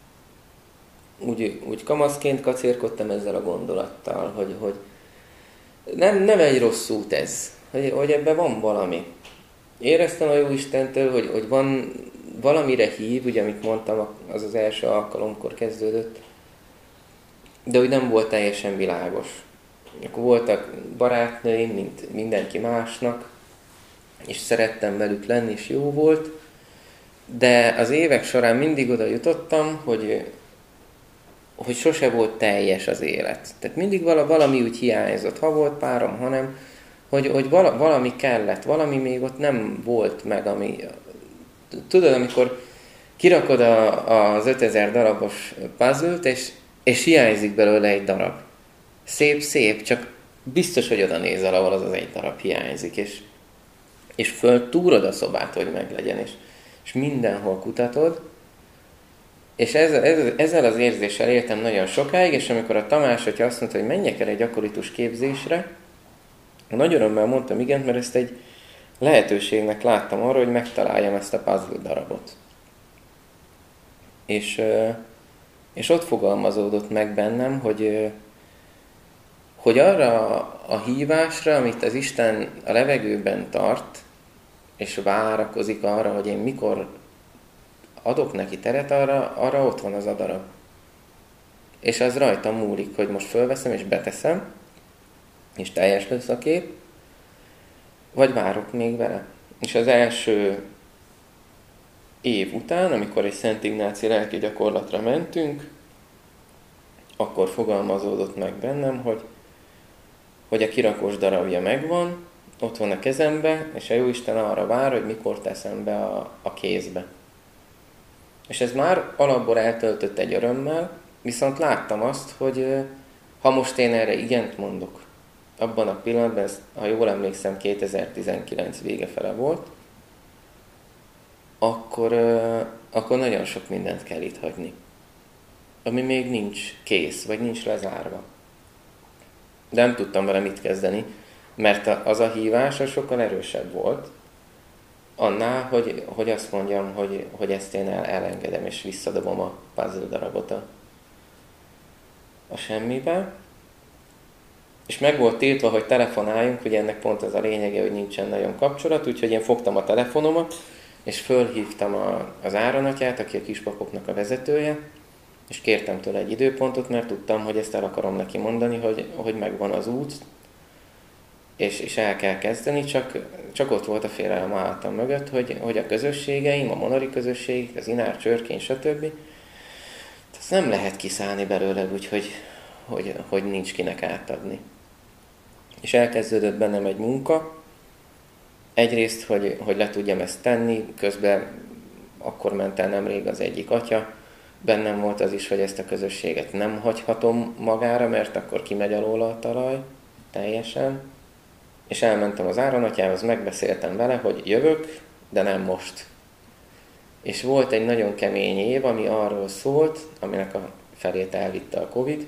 Úgy, úgy kamaszként kacérkodtam ezzel a gondolattal, hogy, hogy nem, nem egy rossz út ez, hogy, hogy ebben van valami. Éreztem a Jóistentől, hogy, hogy van valamire hív, ugye amit mondtam, az az első alkalomkor kezdődött, de úgy nem volt teljesen világos. Akkor voltak barátnőim, mint mindenki másnak, és szerettem velük lenni, és jó volt, de az évek során mindig oda jutottam, hogy, hogy sose volt teljes az élet. Tehát mindig valami úgy hiányzott, ha volt párom, hanem, hogy, hogy valami kellett, valami még ott nem volt meg, ami... Tudod, amikor kirakod a, az ötezer darabos puzzle-t, és, és hiányzik belőle egy darab. Szép, szép, csak biztos, hogy oda nézel, ahol az az egy darab hiányzik, és, és föltúrod a szobát, hogy meglegyen, és, és mindenhol kutatod. És ez, ez, ezzel az érzéssel éltem nagyon sokáig, és amikor a Tamás, hogyha azt mondta, hogy menjek el egy akolitus képzésre, nagy örömmel mondtam igent, mert ezt egy lehetőségnek láttam arra, hogy megtaláljam ezt a puzzle darabot. És, és ott fogalmazódott meg bennem, hogy, hogy arra a hívásra, amit az Isten a levegőben tart, és várakozik arra, hogy én mikor adok neki teret, arra, arra ott van az a darab. És az rajtam múlik, hogy most fölveszem és beteszem, és teljes lesz a kép, vagy várok még vele. És az első év után, amikor egy Szent Ignáci lelki gyakorlatra mentünk, akkor fogalmazódott meg bennem, hogy, hogy a kirakós darabja megvan, ott van a kezembe, és a Jóisten arra vár, hogy mikor teszem be a, a kézbe. És ez már alapból eltöltött egy örömmel, viszont láttam azt, hogy ha most én erre igent mondok, abban a pillanatban, ez, ha jól emlékszem, kétezer-tizenkilenc vége fele volt, akkor, akkor nagyon sok mindent kell itt hagyni, ami még nincs kész, vagy nincs lezárva. De nem tudtam vele mit kezdeni, mert az a hívás az sokkal erősebb volt, annál, hogy, hogy azt mondjam, hogy, hogy ezt én el, elengedem, és visszadobom a puzzle darabot a, a semmibe. És meg volt tiltva, hogy telefonáljunk, ugye ennek pont az a lényege, hogy nincsen nagyon kapcsolat, úgyhogy én fogtam a telefonomat, és fölhívtam a, az Áranatyát, aki a kispapoknak a vezetője, és kértem tőle egy időpontot, mert tudtam, hogy ezt el akarom neki mondani, hogy, hogy megvan az út, és, és el kell kezdeni, csak, csak ott volt a félelem állam mögött, hogy, hogy a közösségeim, a monori közösség, az Inár, Csörkény, stb. Ezt nem lehet kiszállni belőle, úgyhogy hogy, hogy nincs kinek átadni. És elkezdődött bennem egy munka, egyrészt, hogy, hogy le tudjam ezt tenni, közben akkor ment el nemrég az egyik atya, bennem volt az is, hogy ezt a közösséget nem hagyhatom magára, mert akkor kimegy alól a talaj teljesen, és elmentem az Áranatyához, megbeszéltem vele, hogy jövök, de nem most. És volt egy nagyon kemény év, ami arról szólt, aminek a felét elvitte a Covid,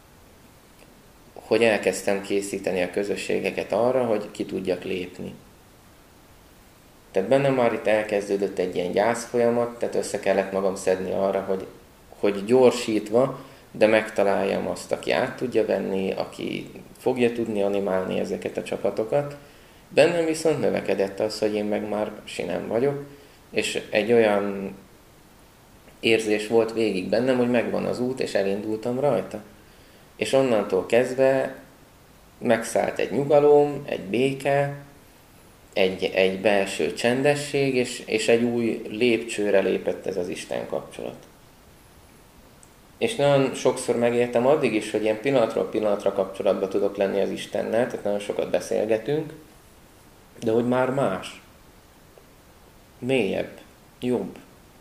hogy elkezdtem készíteni a közösségeket arra, hogy ki tudjak lépni. Tehát bennem már itt elkezdődött egy ilyen gyászfolyamat, tehát össze kellett magam szedni arra, hogy, hogy gyorsítva, de megtaláljam azt, aki át tudja venni, aki fogja tudni animálni ezeket a csapatokat. Bennem viszont növekedett az, hogy én meg már sinem vagyok, és egy olyan érzés volt végig bennem, hogy megvan az út, és elindultam rajta. És onnantól kezdve megszállt egy nyugalom, egy béke, egy, egy belső csendesség, és, és egy új lépcsőre lépett ez az Isten kapcsolat. És nagyon sokszor megéltem addig is, hogy ilyen pillanatról pillanatra kapcsolatban tudok lenni az Istennel, tehát nagyon sokat beszélgetünk, de hogy már más, mélyebb, jobb.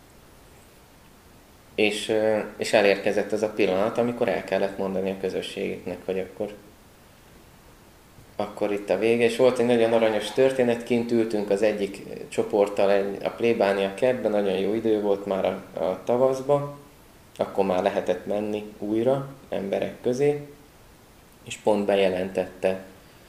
És, és elérkezett az a pillanat, amikor el kellett mondani a közösségeknek, hogy akkor, akkor itt a vége. És volt egy nagyon aranyos történet, kint ültünk az egyik csoporttal egy, a plébánia kertben, nagyon jó idő volt már a, a tavaszban, akkor már lehetett menni újra emberek közé, és pont bejelentette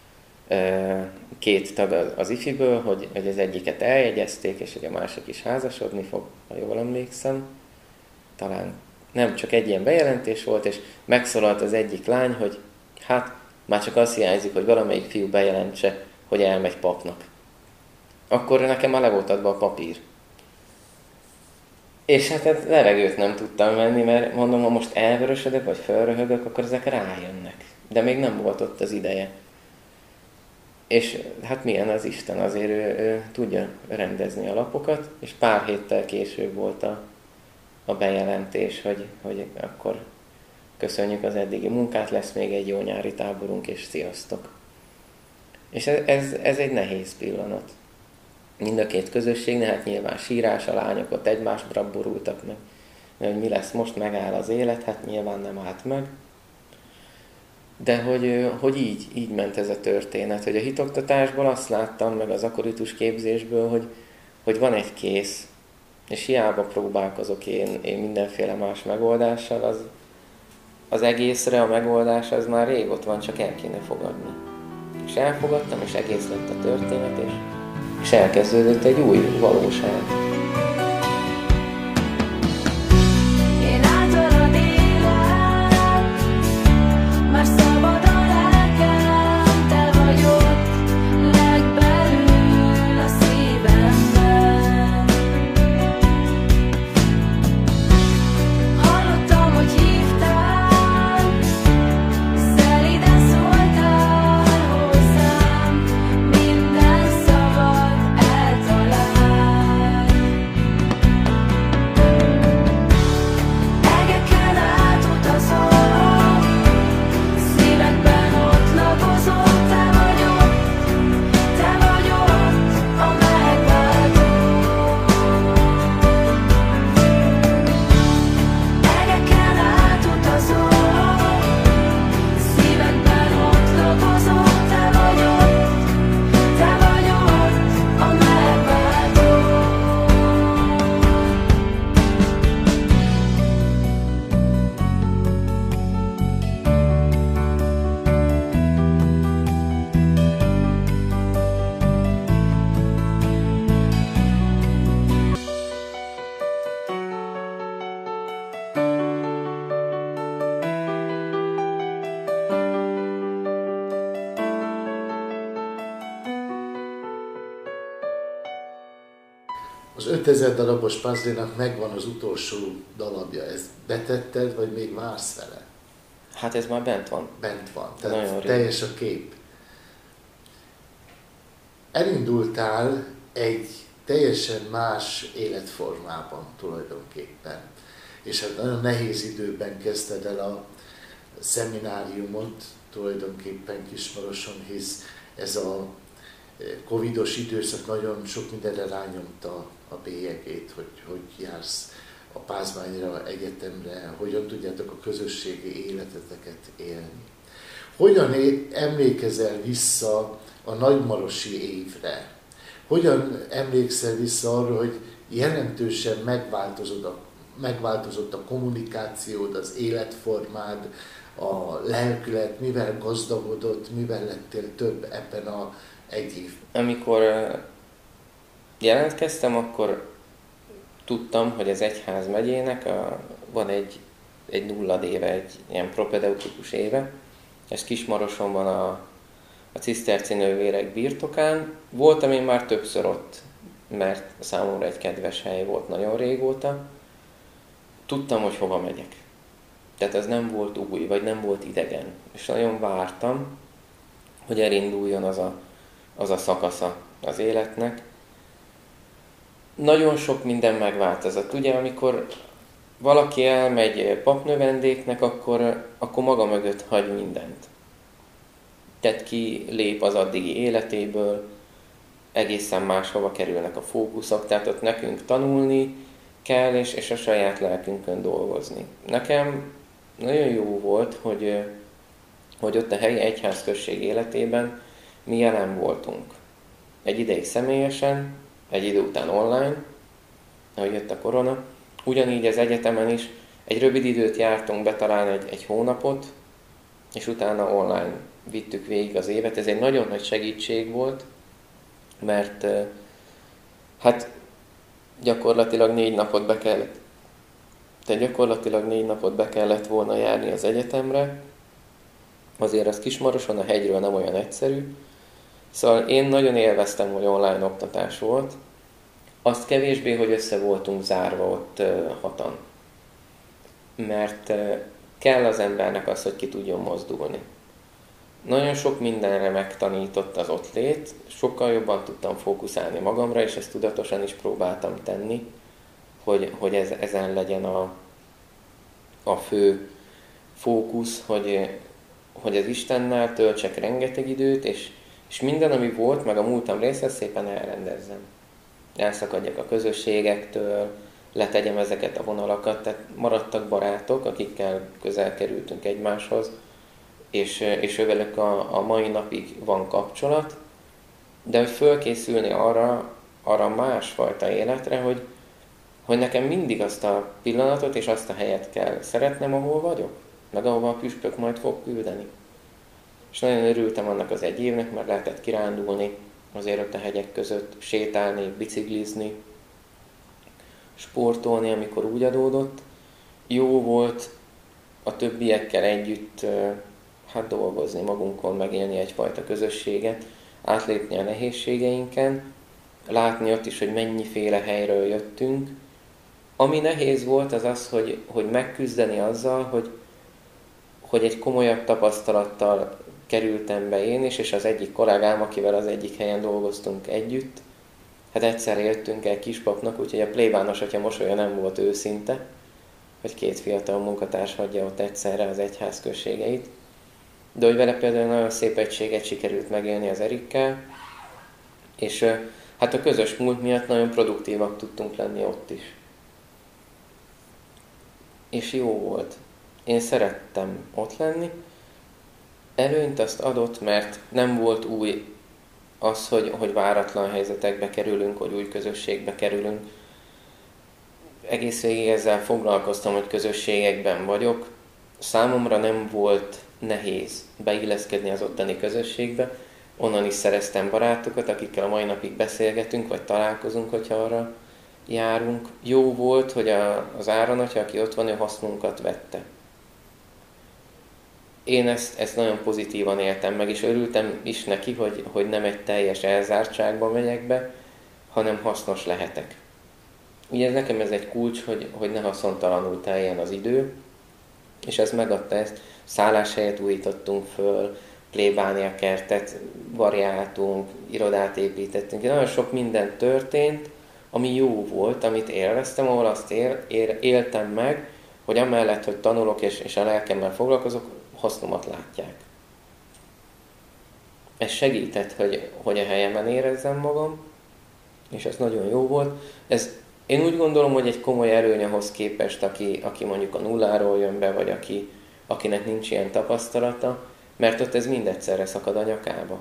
két tag az ifiből, hogy, hogy az egyiket eljegyezték, és hogy a másik is házasodni fog, ha jól emlékszem. Talán nem, csak egy ilyen bejelentés volt, és megszólalt az egyik lány, hogy hát már csak az hiányzik, hogy valamelyik fiú bejelentse, hogy elmegy papnak. Akkor nekem már le volt adva a papír. És hát, hát levegőt nem tudtam venni, mert mondom, ha most elvörösödök, vagy felröhögök, akkor ezek rájönnek. De még nem volt ott az ideje. És hát milyen az Isten, azért ő, ő tudja rendezni a lapokat, és pár héttel később volt a, a bejelentés, hogy, hogy akkor köszönjük az eddigi munkát, lesz még egy jó nyári táborunk, és sziasztok. És ez, ez, ez egy nehéz pillanat. Mind a két közösségnél, hát nyilván sírás, a lányok ott egymásra borultak meg, hogy mi lesz most, megáll az élet, hát nyilván nem állt meg. De hogy, hogy így, így ment ez a történet, hogy a hitoktatásból azt láttam, meg az akoritus képzésből, hogy, hogy van egy kész, és hiába próbálkozok én, én mindenféle más megoldással, az, az egészre a megoldás az már rég ott van, csak el kéne fogadni. És elfogadtam, és egész lett a történet, és, és elkezdődött egy új valóság. Az ötezer darabos puzzle-nak megvan az utolsó darabja. Ezt betetted, vagy még vársz vele? Hát ez már bent van. Bent van, tehát nagyon teljes a kép. Elindultál egy teljesen más életformában tulajdonképpen. És hát nagyon nehéz időben kezdted el a szemináriumot, tulajdonképpen Kismaroson, hisz ez a covidos időszak nagyon sok mindenre rányomta a bélyegét, hogy hogy jársz a Pázmányra, egyetemre, hogyan tudjátok a közösségi életeteket élni. Hogyan emlékezel vissza a nagymarosi évre? Hogyan emlékszel vissza arra, hogy jelentősen megváltozott a, megváltozott a kommunikációd, az életformád, a lelkület, mivel gazdagodott, mivel lettél több ebben a egy év? Amikor jelentkeztem, akkor tudtam, hogy az egyházmegyének a, van egy, egy nullad éve, egy ilyen propedeutikus éve. Ez Kismaroson van a, a ciszterci nővérek birtokán. Voltam én már többször ott, mert számomra egy kedves hely volt nagyon régóta. Tudtam, hogy hova megyek. Tehát ez nem volt új, vagy nem volt idegen. És nagyon vártam, hogy elinduljon az a, az a szakasza az életnek. Nagyon sok minden megváltozott. Ugye, amikor valaki elmegy papnövendéknek, akkor, akkor maga mögött hagy mindent. Tehát ki lép az addigi életéből, egészen máshova kerülnek a fókuszok, tehát ott nekünk tanulni kell, és, és a saját lelkünkön dolgozni. Nekem nagyon jó volt, hogy, hogy ott a helyi egyházközség életében mi jelen voltunk. Egy ideig személyesen, egy idő után online, ahogy jött a korona. Ugyanígy az egyetemen is egy rövid időt jártunk be, talán egy, egy hónapot, és utána online vittük végig az évet. Ez egy nagyon nagy segítség volt, mert hát gyakorlatilag négy napot be kellett, tehát gyakorlatilag négy napot be kellett volna járni az egyetemre. Azért az Kismaroson, a hegyről nem olyan egyszerű. Szóval én nagyon élveztem, hogy online oktatás volt, Azt kevésbé, hogy össze voltunk zárva ott hatan. Mert kell az embernek az, hogy ki tudjon mozdulni. Nagyon sok mindenre megtanított az ott lét, sokkal jobban tudtam fókuszálni magamra, és ezt tudatosan is próbáltam tenni, hogy, hogy ez, ezen legyen a, a fő fókusz, hogy, hogy az Istennel töltsek rengeteg időt, és, és minden, ami volt, meg a múltam része, szépen elrendezzem. Elszakadjak a közösségektől, letegyem ezeket a vonalakat, tehát maradtak barátok, akikkel közel kerültünk egymáshoz, és, és ővelük a, a mai napig van kapcsolat, de hogy fölkészülni arra, arra másfajta életre, hogy, hogy nekem mindig azt a pillanatot és azt a helyet kell szeretnem, ahol vagyok, meg ahova a püspök majd fog küldeni. És nagyon örültem annak az egy évnek, mert lehetett kirándulni azért ott a hegyek között, sétálni, biciklizni, sportolni, amikor úgy adódott. Jó volt a többiekkel együtt hát dolgozni magunkon, megélni egyfajta közösséget, átlépni a nehézségeinken, látni ott is, hogy mennyiféle helyről jöttünk. Ami nehéz volt, az az, hogy, hogy megküzdeni azzal, hogy, hogy egy komolyabb tapasztalattal kerültem be én is, és az egyik kollégám, akivel az egyik helyen dolgoztunk együtt, hát egyszerre jöttünk el Kispapnak, úgyhogy a plébános atya mosolya nem volt őszinte, hogy két fiatal munkatárs hagyja ott egyszerre az egyház községeit. De hogy vele például nagyon szép egységet sikerült megélni az Erikkel, és hát a közös múlt miatt nagyon produktívak tudtunk lenni ott is. És jó volt. Én szerettem ott lenni. Előnyt azt adott, mert nem volt új az, hogy, hogy váratlan helyzetekbe kerülünk, hogy új közösségbe kerülünk. Egész végig ezzel foglalkoztam, hogy közösségekben vagyok. Számomra nem volt nehéz beilleszkedni az ottani közösségbe. Onnan is szereztem barátokat, akikkel a mai napig beszélgetünk, vagy találkozunk, hogyha arra járunk. Jó volt, hogy a, az Áron atya, aki ott van, ő hasznunkat vette. Én ezt, ezt nagyon pozitívan éltem meg, és örültem is neki, hogy, hogy nem egy teljes elzártságba megyek be, hanem hasznos lehetek. Ugye nekem ez egy kulcs, hogy, hogy ne haszontalanul teljen az idő, és ez megadta ezt. Szálláshelyet újítottunk föl, plébániakertet variáltunk, irodát építettünk. Nagyon sok minden történt, ami jó volt, amit élveztem, ahol azt él, él, éltem meg, hogy amellett, hogy tanulok és, és a lelkemmel foglalkozok, hasznomat látják. Ez segített, hogy, hogy a helyemen érezzem magam, és ez nagyon jó volt. Ez, én úgy gondolom, hogy egy komoly erőny ahhoz képest, aki, aki mondjuk a nulláról jön be, vagy aki, akinek nincs ilyen tapasztalata, mert ott ez mindegyszerre szakad a nyakába.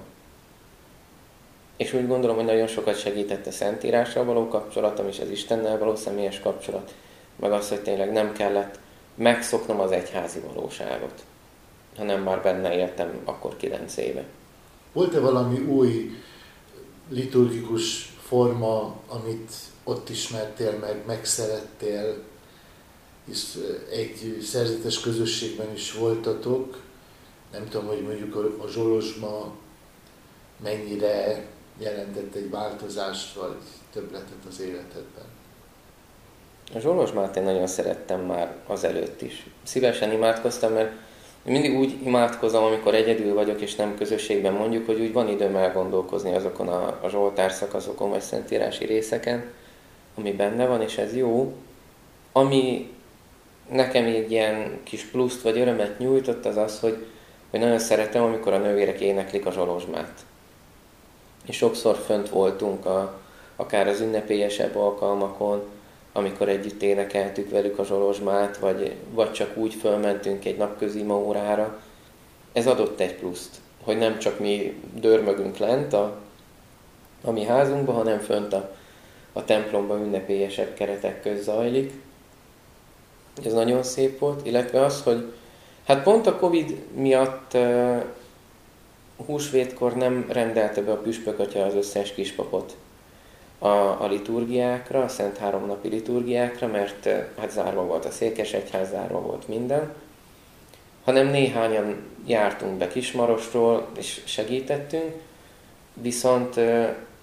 És úgy gondolom, hogy nagyon sokat segített a Szentírással való kapcsolatom, és az Istennel való személyes kapcsolat, meg az, hogy tényleg nem kellett megszoknom az egyházi valóságot, hanem már benne éltem akkor kilenc éve. Volt-e valami új liturgikus forma, amit ott ismertél meg, megszerettél, hisz egy szerzetes közösségben is voltatok, nem tudom, hogy mondjuk a zsolozsma mennyire jelentett egy változást, vagy többletet az életedben? A zsolozsmát én nagyon szerettem már azelőtt is. Szívesen imádkoztam, mert mindig úgy imádkozom, amikor egyedül vagyok, és nem közösségben mondjuk, hogy úgy van időm elgondolkozni azokon a, a zsoltár szakaszokon, vagy szentírási részeken, ami benne van, és ez jó. Ami nekem egy ilyen kis pluszt vagy örömet nyújtott, az az, hogy, hogy nagyon szeretem, amikor a nővérek éneklik a zsolozsmát. És sokszor fönt voltunk a, akár az ünnepélyesebb alkalmakon, amikor együtt énekeltük velük a zsolozsmát, vagy, vagy csak úgy fölmentünk egy napközi órára. Ez adott egy pluszt, hogy nem csak mi dörmögünk lent a, a mi házunkban, hanem fönt a, a templomban ünnepélyesebb keretek közt zajlik. Ez nagyon szép volt, illetve az, hogy hát pont a Covid miatt uh, húsvétkor nem rendelte be a püspök atya az összes kispapot a, a liturgiákra, a Szent Háromnapi liturgiákra, mert uh, hát zárva volt a székesegyház, zárva volt minden, hanem néhányan jártunk be Kismarosról, és segítettünk, viszont uh,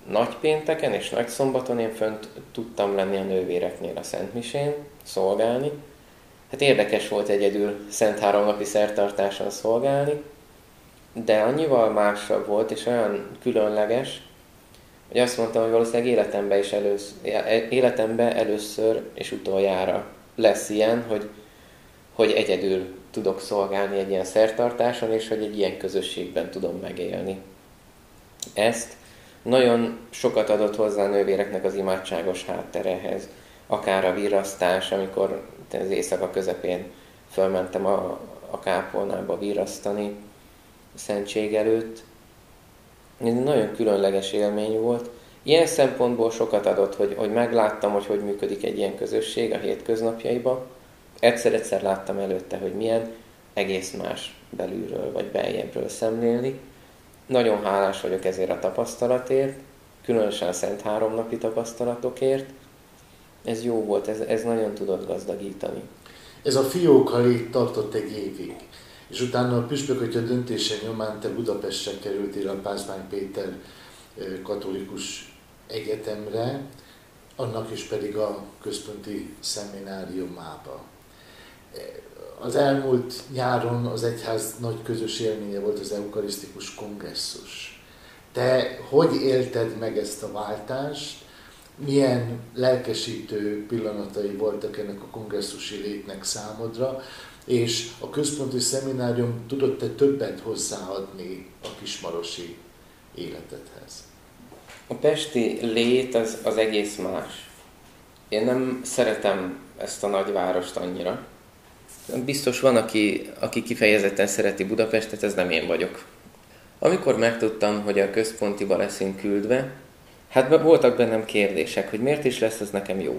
nagypénteken és nagyszombaton én fönt tudtam lenni a nővéreknél a Szentmisén, szolgálni. Hát érdekes volt egyedül Szent Háromnapi szertartáson szolgálni, de annyival másabb volt és olyan különleges, hogy azt mondtam, hogy valószínűleg életemben, is először, életemben először és utoljára lesz ilyen, hogy, hogy egyedül tudok szolgálni egy ilyen szertartáson, és hogy egy ilyen közösségben tudom megélni. Ezt nagyon sokat adott hozzá a nővéreknek az imádságos hátterehez. Akár a virrasztás, amikor az éjszaka közepén fölmentem a, a kápolnába virrasztani a szentség előtt. Ez nagyon különleges élmény volt. Ilyen szempontból sokat adott, hogy, hogy megláttam, hogy hogy működik egy ilyen közösség a hétköznapjaiban. Egyszer-egyszer láttam előtte, hogy milyen, egész más belülről vagy beljebbről szemlélni. Nagyon hálás vagyok ezért a tapasztalatért, különösen a Szent Háromnapi tapasztalatokért. Ez jó volt, ez, ez nagyon tudott gazdagítani. Ez a fióka lét tartott egy évig, és utána a püspökötje döntése nyomán te Budapestre kerültél a Pázmány Péter katolikus egyetemre, annak is pedig a központi szemináriumába. Az elmúlt nyáron az egyház nagy közös élménye volt az eukarisztikus kongresszus. Te hogy élted meg ezt a váltást? Milyen lelkesítő pillanatai voltak ennek a kongresszusi létnek számodra? És a központi szeminárium tudott-e többet hozzáadni a kismarosi életedhez? A pesti lét az, az egész más. Én nem szeretem ezt a nagyvárost annyira. Biztos van, aki, aki kifejezetten szereti Budapestet, ez nem én vagyok. Amikor megtudtam, hogy a központiba leszünk küldve, hát voltak bennem kérdések, hogy miért is lesz ez nekem jó.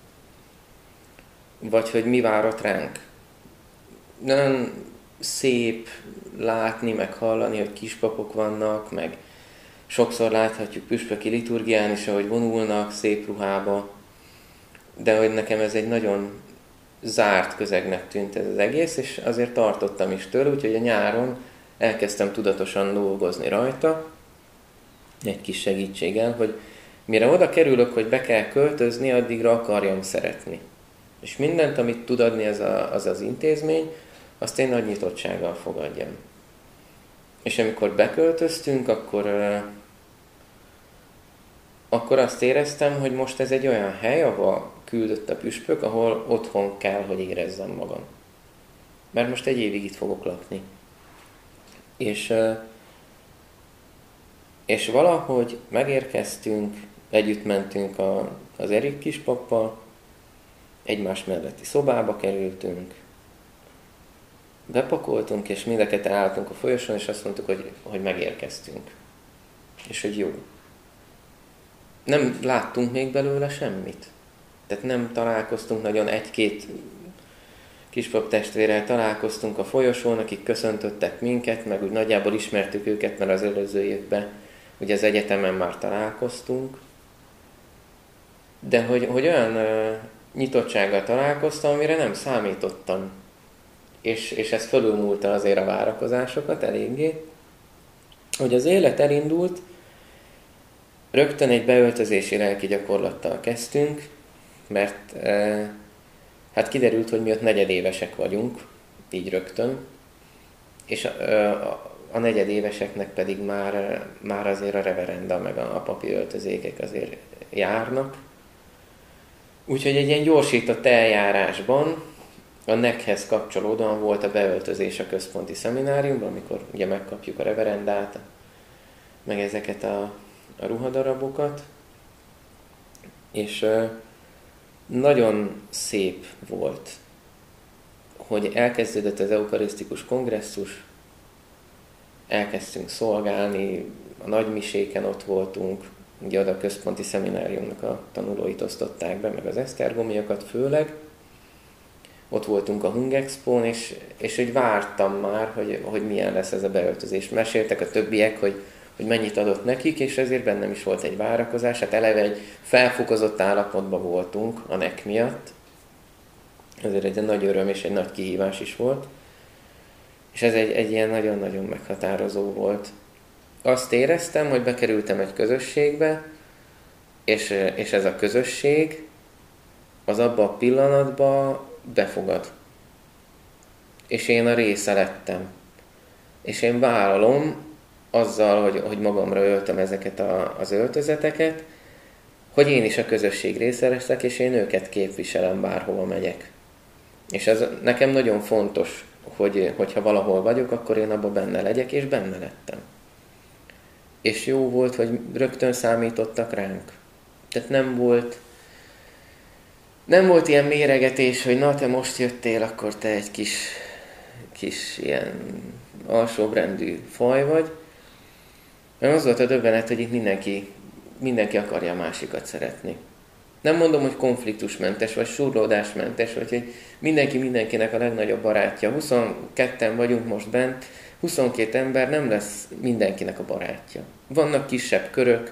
Vagy hogy mi vár ott ránk. Nagyon szép látni, meg hallani, hogy kispapok vannak, meg sokszor láthatjuk püspöki liturgián is, ahogy vonulnak szép ruhába, de hogy nekem ez egy nagyon zárt közegnek tűnt ez az egész, és azért tartottam is tőle, úgyhogy a nyáron elkezdtem tudatosan dolgozni rajta, egy kis segítséggel, hogy mire oda kerülök, hogy be kell költözni, addigra akarjam szeretni. És mindent, amit tud adni az a, az, az intézmény, azt én nagy nyitottsággal fogadjam. És amikor beköltöztünk, akkor, uh, akkor azt éreztem, hogy most ez egy olyan hely, ahol küldött a püspök, ahol otthon kell, hogy érezzem magam. Mert most egy évig itt fogok lakni. És, uh, és valahogy megérkeztünk, együtt mentünk a, az Erik kispappal, egymás melletti szobába kerültünk, bepakoltunk, és mind a ketten álltunk a folyosón, és azt mondtuk, hogy, hogy megérkeztünk. És hogy jó. Nem láttunk még belőle semmit. Tehát nem találkoztunk nagyon, egy-két kispap testvérrel találkoztunk a folyosón, akik köszöntöttek minket, meg úgy nagyjából ismertük őket, mert az előző évben ugye az egyetemen már találkoztunk. De hogy, hogy olyan uh, nyitottsággal találkoztam, amire nem számítottam. És, és ez fölülmúlta azért a várakozásokat eléggé, hogy az élet elindult, rögtön egy beöltözési lelki gyakorlattal kezdtünk, mert e, hát kiderült, hogy mi ott negyedévesek vagyunk, így rögtön, és a, a, a negyedéveseknek pedig már, már azért a reverenda, meg a, a papi öltözékek azért járnak. Úgyhogy egy ilyen gyorsított eljárásban a nekhez kapcsolódóan volt a beöltözés a központi szemináriumban, amikor ugye megkapjuk a reverendát, meg ezeket a, a ruhadarabokat. És uh, nagyon szép volt, hogy elkezdődött az eukarisztikus kongresszus, elkezdtünk szolgálni, a nagymiséken ott voltunk, ugye oda a központi szemináriumnak a tanulóit osztották be, meg az esztergomiakat főleg. Ott voltunk a Hungexpón, és, és úgy vártam már, hogy, hogy milyen lesz ez a beöltözés. Meséltek a többiek, hogy, hogy mennyit adott nekik, és ezért bennem is volt egy várakozás. Hát eleve egy felfokozott állapotban voltunk a nek miatt. Ezért egy nagy öröm és egy nagy kihívás is volt. És ez egy, egy ilyen nagyon-nagyon meghatározó volt. azt éreztem, hogy bekerültem egy közösségbe, és, és ez a közösség az abban a pillanatban befogad. És én a része lettem. És én vállalom azzal, hogy, hogy magamra öltöm ezeket a, az öltözeteket, hogy én is a közösség része leszek, és én őket képviselem, bárhova megyek. És ez nekem nagyon fontos, hogy, hogyha valahol vagyok, akkor én abban benne legyek, és benne lettem. És jó volt, hogy rögtön számítottak ránk. Tehát nem volt, nem volt ilyen méregetés, hogy na, te most jöttél, akkor te egy kis, kis ilyen alsóbrendű faj vagy. Mert az volt a döbbenet, hogy itt mindenki, mindenki akarja a másikat szeretni. Nem mondom, hogy konfliktusmentes, vagy surlódásmentes, vagy hogy mindenki mindenkinek a legnagyobb barátja. huszonketten vagyunk most bent, huszonkét ember nem lesz mindenkinek a barátja. Vannak kisebb körök,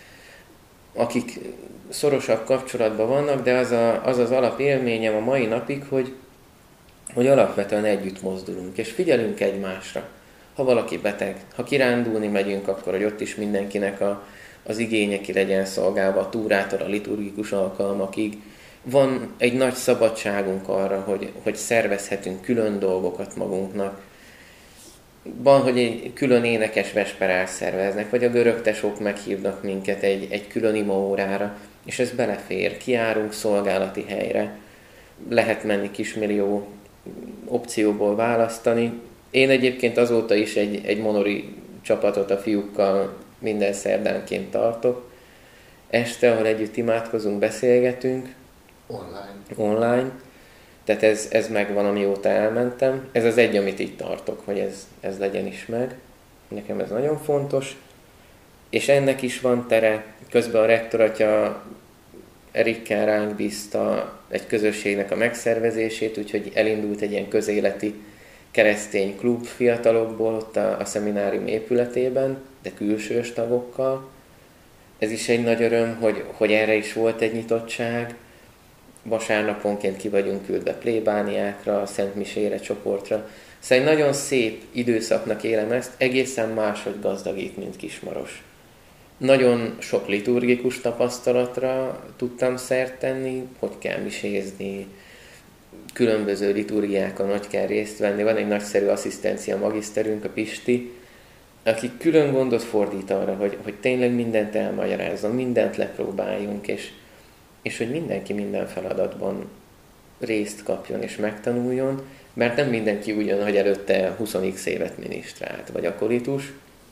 akik szorosabb kapcsolatban vannak, de az a, az, az alapélményem a mai napig, hogy, hogy alapvetően együtt mozdulunk, és figyelünk egymásra. Ha valaki beteg, ha kirándulni megyünk, akkor hogy ott is mindenkinek a, az igénye ki legyen szolgálva, a túrától a liturgikus alkalmakig. Van egy nagy szabadságunk arra, hogy, hogy szervezhetünk külön dolgokat magunknak. Van, hogy egy külön énekes vesperát szerveznek, vagy a görögtesók meghívnak minket egy, egy külön imaórára, és ez belefér. Kijárunk szolgálati helyre, lehet menni kismillió opcióból választani. Én egyébként azóta is egy, egy monori csapatot a fiúkkal minden szerdánként tartok. Este, ahol együtt imádkozunk, beszélgetünk. Online. Online. Tehát ez, ez megvan, amióta elmentem. Ez az egy, amit így tartok, hogy ez, ez legyen is meg. Nekem ez nagyon fontos. És ennek is van tere. Közben a rektor atya Erikkel ránk bízta egy közösségnek a megszervezését, úgyhogy elindult egy ilyen közéleti keresztény klub fiatalokból ott a, a szeminárium épületében, de külsős tagokkal. Ez is egy nagy öröm, hogy, hogy erre is volt egy nyitottság. Vasárnaponként ki vagyunk küldve plébániákra, a Szent Misére csoportra. Szóval egy nagyon szép időszaknak élem ezt, egészen máshogy gazdagít, mint Kismaros. Nagyon sok liturgikus tapasztalatra tudtam szert tenni, hogy kell misézni, különböző liturgiákon hogy kell részt venni. Van egy nagyszerű asszisztencia magiszterünk, a Pisti, aki külön gondot fordít arra, hogy, hogy tényleg mindent elmagyarázzon, mindent lepróbáljunk, és, és hogy mindenki minden feladatban részt kapjon és megtanuljon, mert nem mindenki úgy jön, hogy előtte húsz x évet minisztrált, vagy akolitus.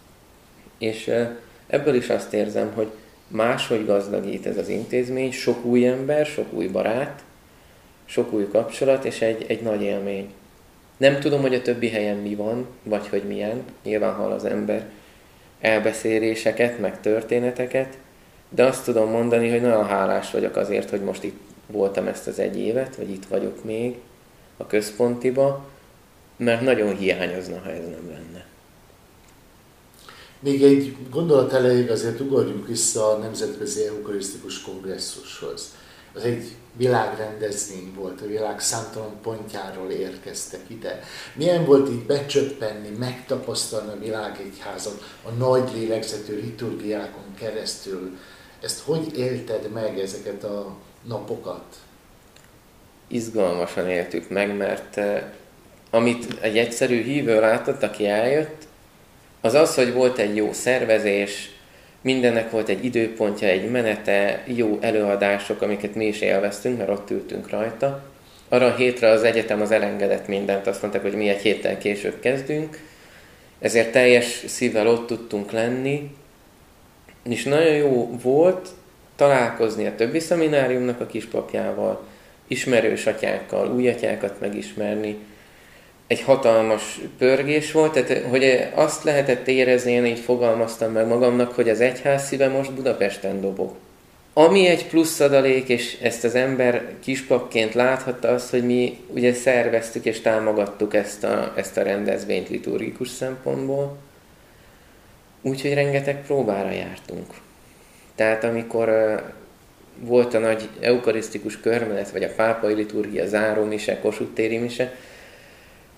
És ebből is azt érzem, hogy máshogy gazdagít ez az intézmény, sok új ember, sok új barát, sok új kapcsolat, és egy, egy nagy élmény. Nem tudom, hogy a többi helyen mi van, vagy hogy milyen. Nyilván hall az ember elbeszéléseket, meg történeteket, de azt tudom mondani, hogy nagyon hálás vagyok azért, hogy most itt voltam ezt az egy évet, vagy itt vagyok még a központiba, mert nagyon hiányozna, ha ez nem lenne. Még egy gondolat elejéig azért ugorjunk vissza a Nemzetközi Eukarisztikus Kongresszushoz. Az egy világrendezvény volt, a világ számtalan pontjáról érkeztek ide. Milyen volt így becsöppenni, megtapasztalni a világegyházat a nagy lélegzetű liturgiákon keresztül? Ezt hogy élted meg, ezeket a napokat? Izgalmasan éltük meg, mert amit egy egyszerű hívő látott, aki eljött, az az, hogy volt egy jó szervezés, mindennek volt egy időpontja, egy menete, jó előadások, amiket mi is élveztünk, mert ott ültünk rajta. Arra a hétre az egyetem az elengedett mindent, azt mondták, hogy mi egy héttel később kezdünk, ezért teljes szívvel ott tudtunk lenni, és nagyon jó volt találkozni a többi szemináriumnak a kispapjával, ismerős atyákkal, új atyákat megismerni. Egy hatalmas pörgés volt, tehát hogy azt lehetett érezni, én így fogalmaztam meg magamnak, hogy az egyház szíve most Budapesten dobog. Ami egy plusz adalék, és ezt az ember kispapként láthatta, az, hogy mi ugye szerveztük és támogattuk ezt a, ezt a rendezvényt liturgikus szempontból, úgyhogy rengeteg próbára jártunk. Tehát amikor uh, volt a nagy eukarisztikus körmenet, vagy a pápai liturgia, zárómise, Kossuth téri mise,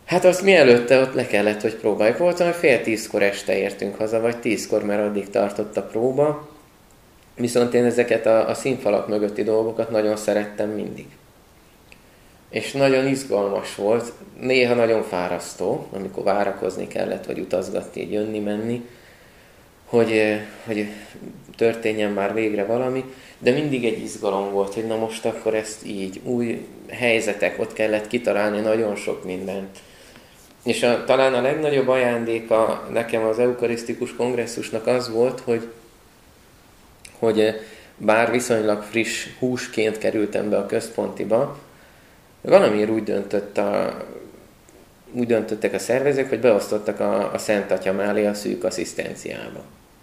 Hát azt mielőtte ott le kellett, hogy próbáljuk. Voltam, hogy fél tízkor este értünk haza, vagy tízkor, mert addig tartott a próba. Viszont én ezeket a, a színfalak mögötti dolgokat nagyon szerettem mindig. És nagyon izgalmas volt, néha nagyon fárasztó, amikor várakozni kellett, vagy utazgatni, így jönni-menni, hogy, hogy történjen már végre valami, de mindig egy izgalom volt, hogy na most akkor ezt így, új helyzetek, ott kellett kitalálni nagyon sok mindent. És a, talán a legnagyobb ajándéka nekem az eukarisztikus kongresszusnak az volt, hogy, hogy bár viszonylag friss húsként kerültem be a központiba, valamiért úgy, döntött a, úgy döntöttek a szervezők, hogy beosztottak a, a Szent Atya mellé a szűk asszisztenciába.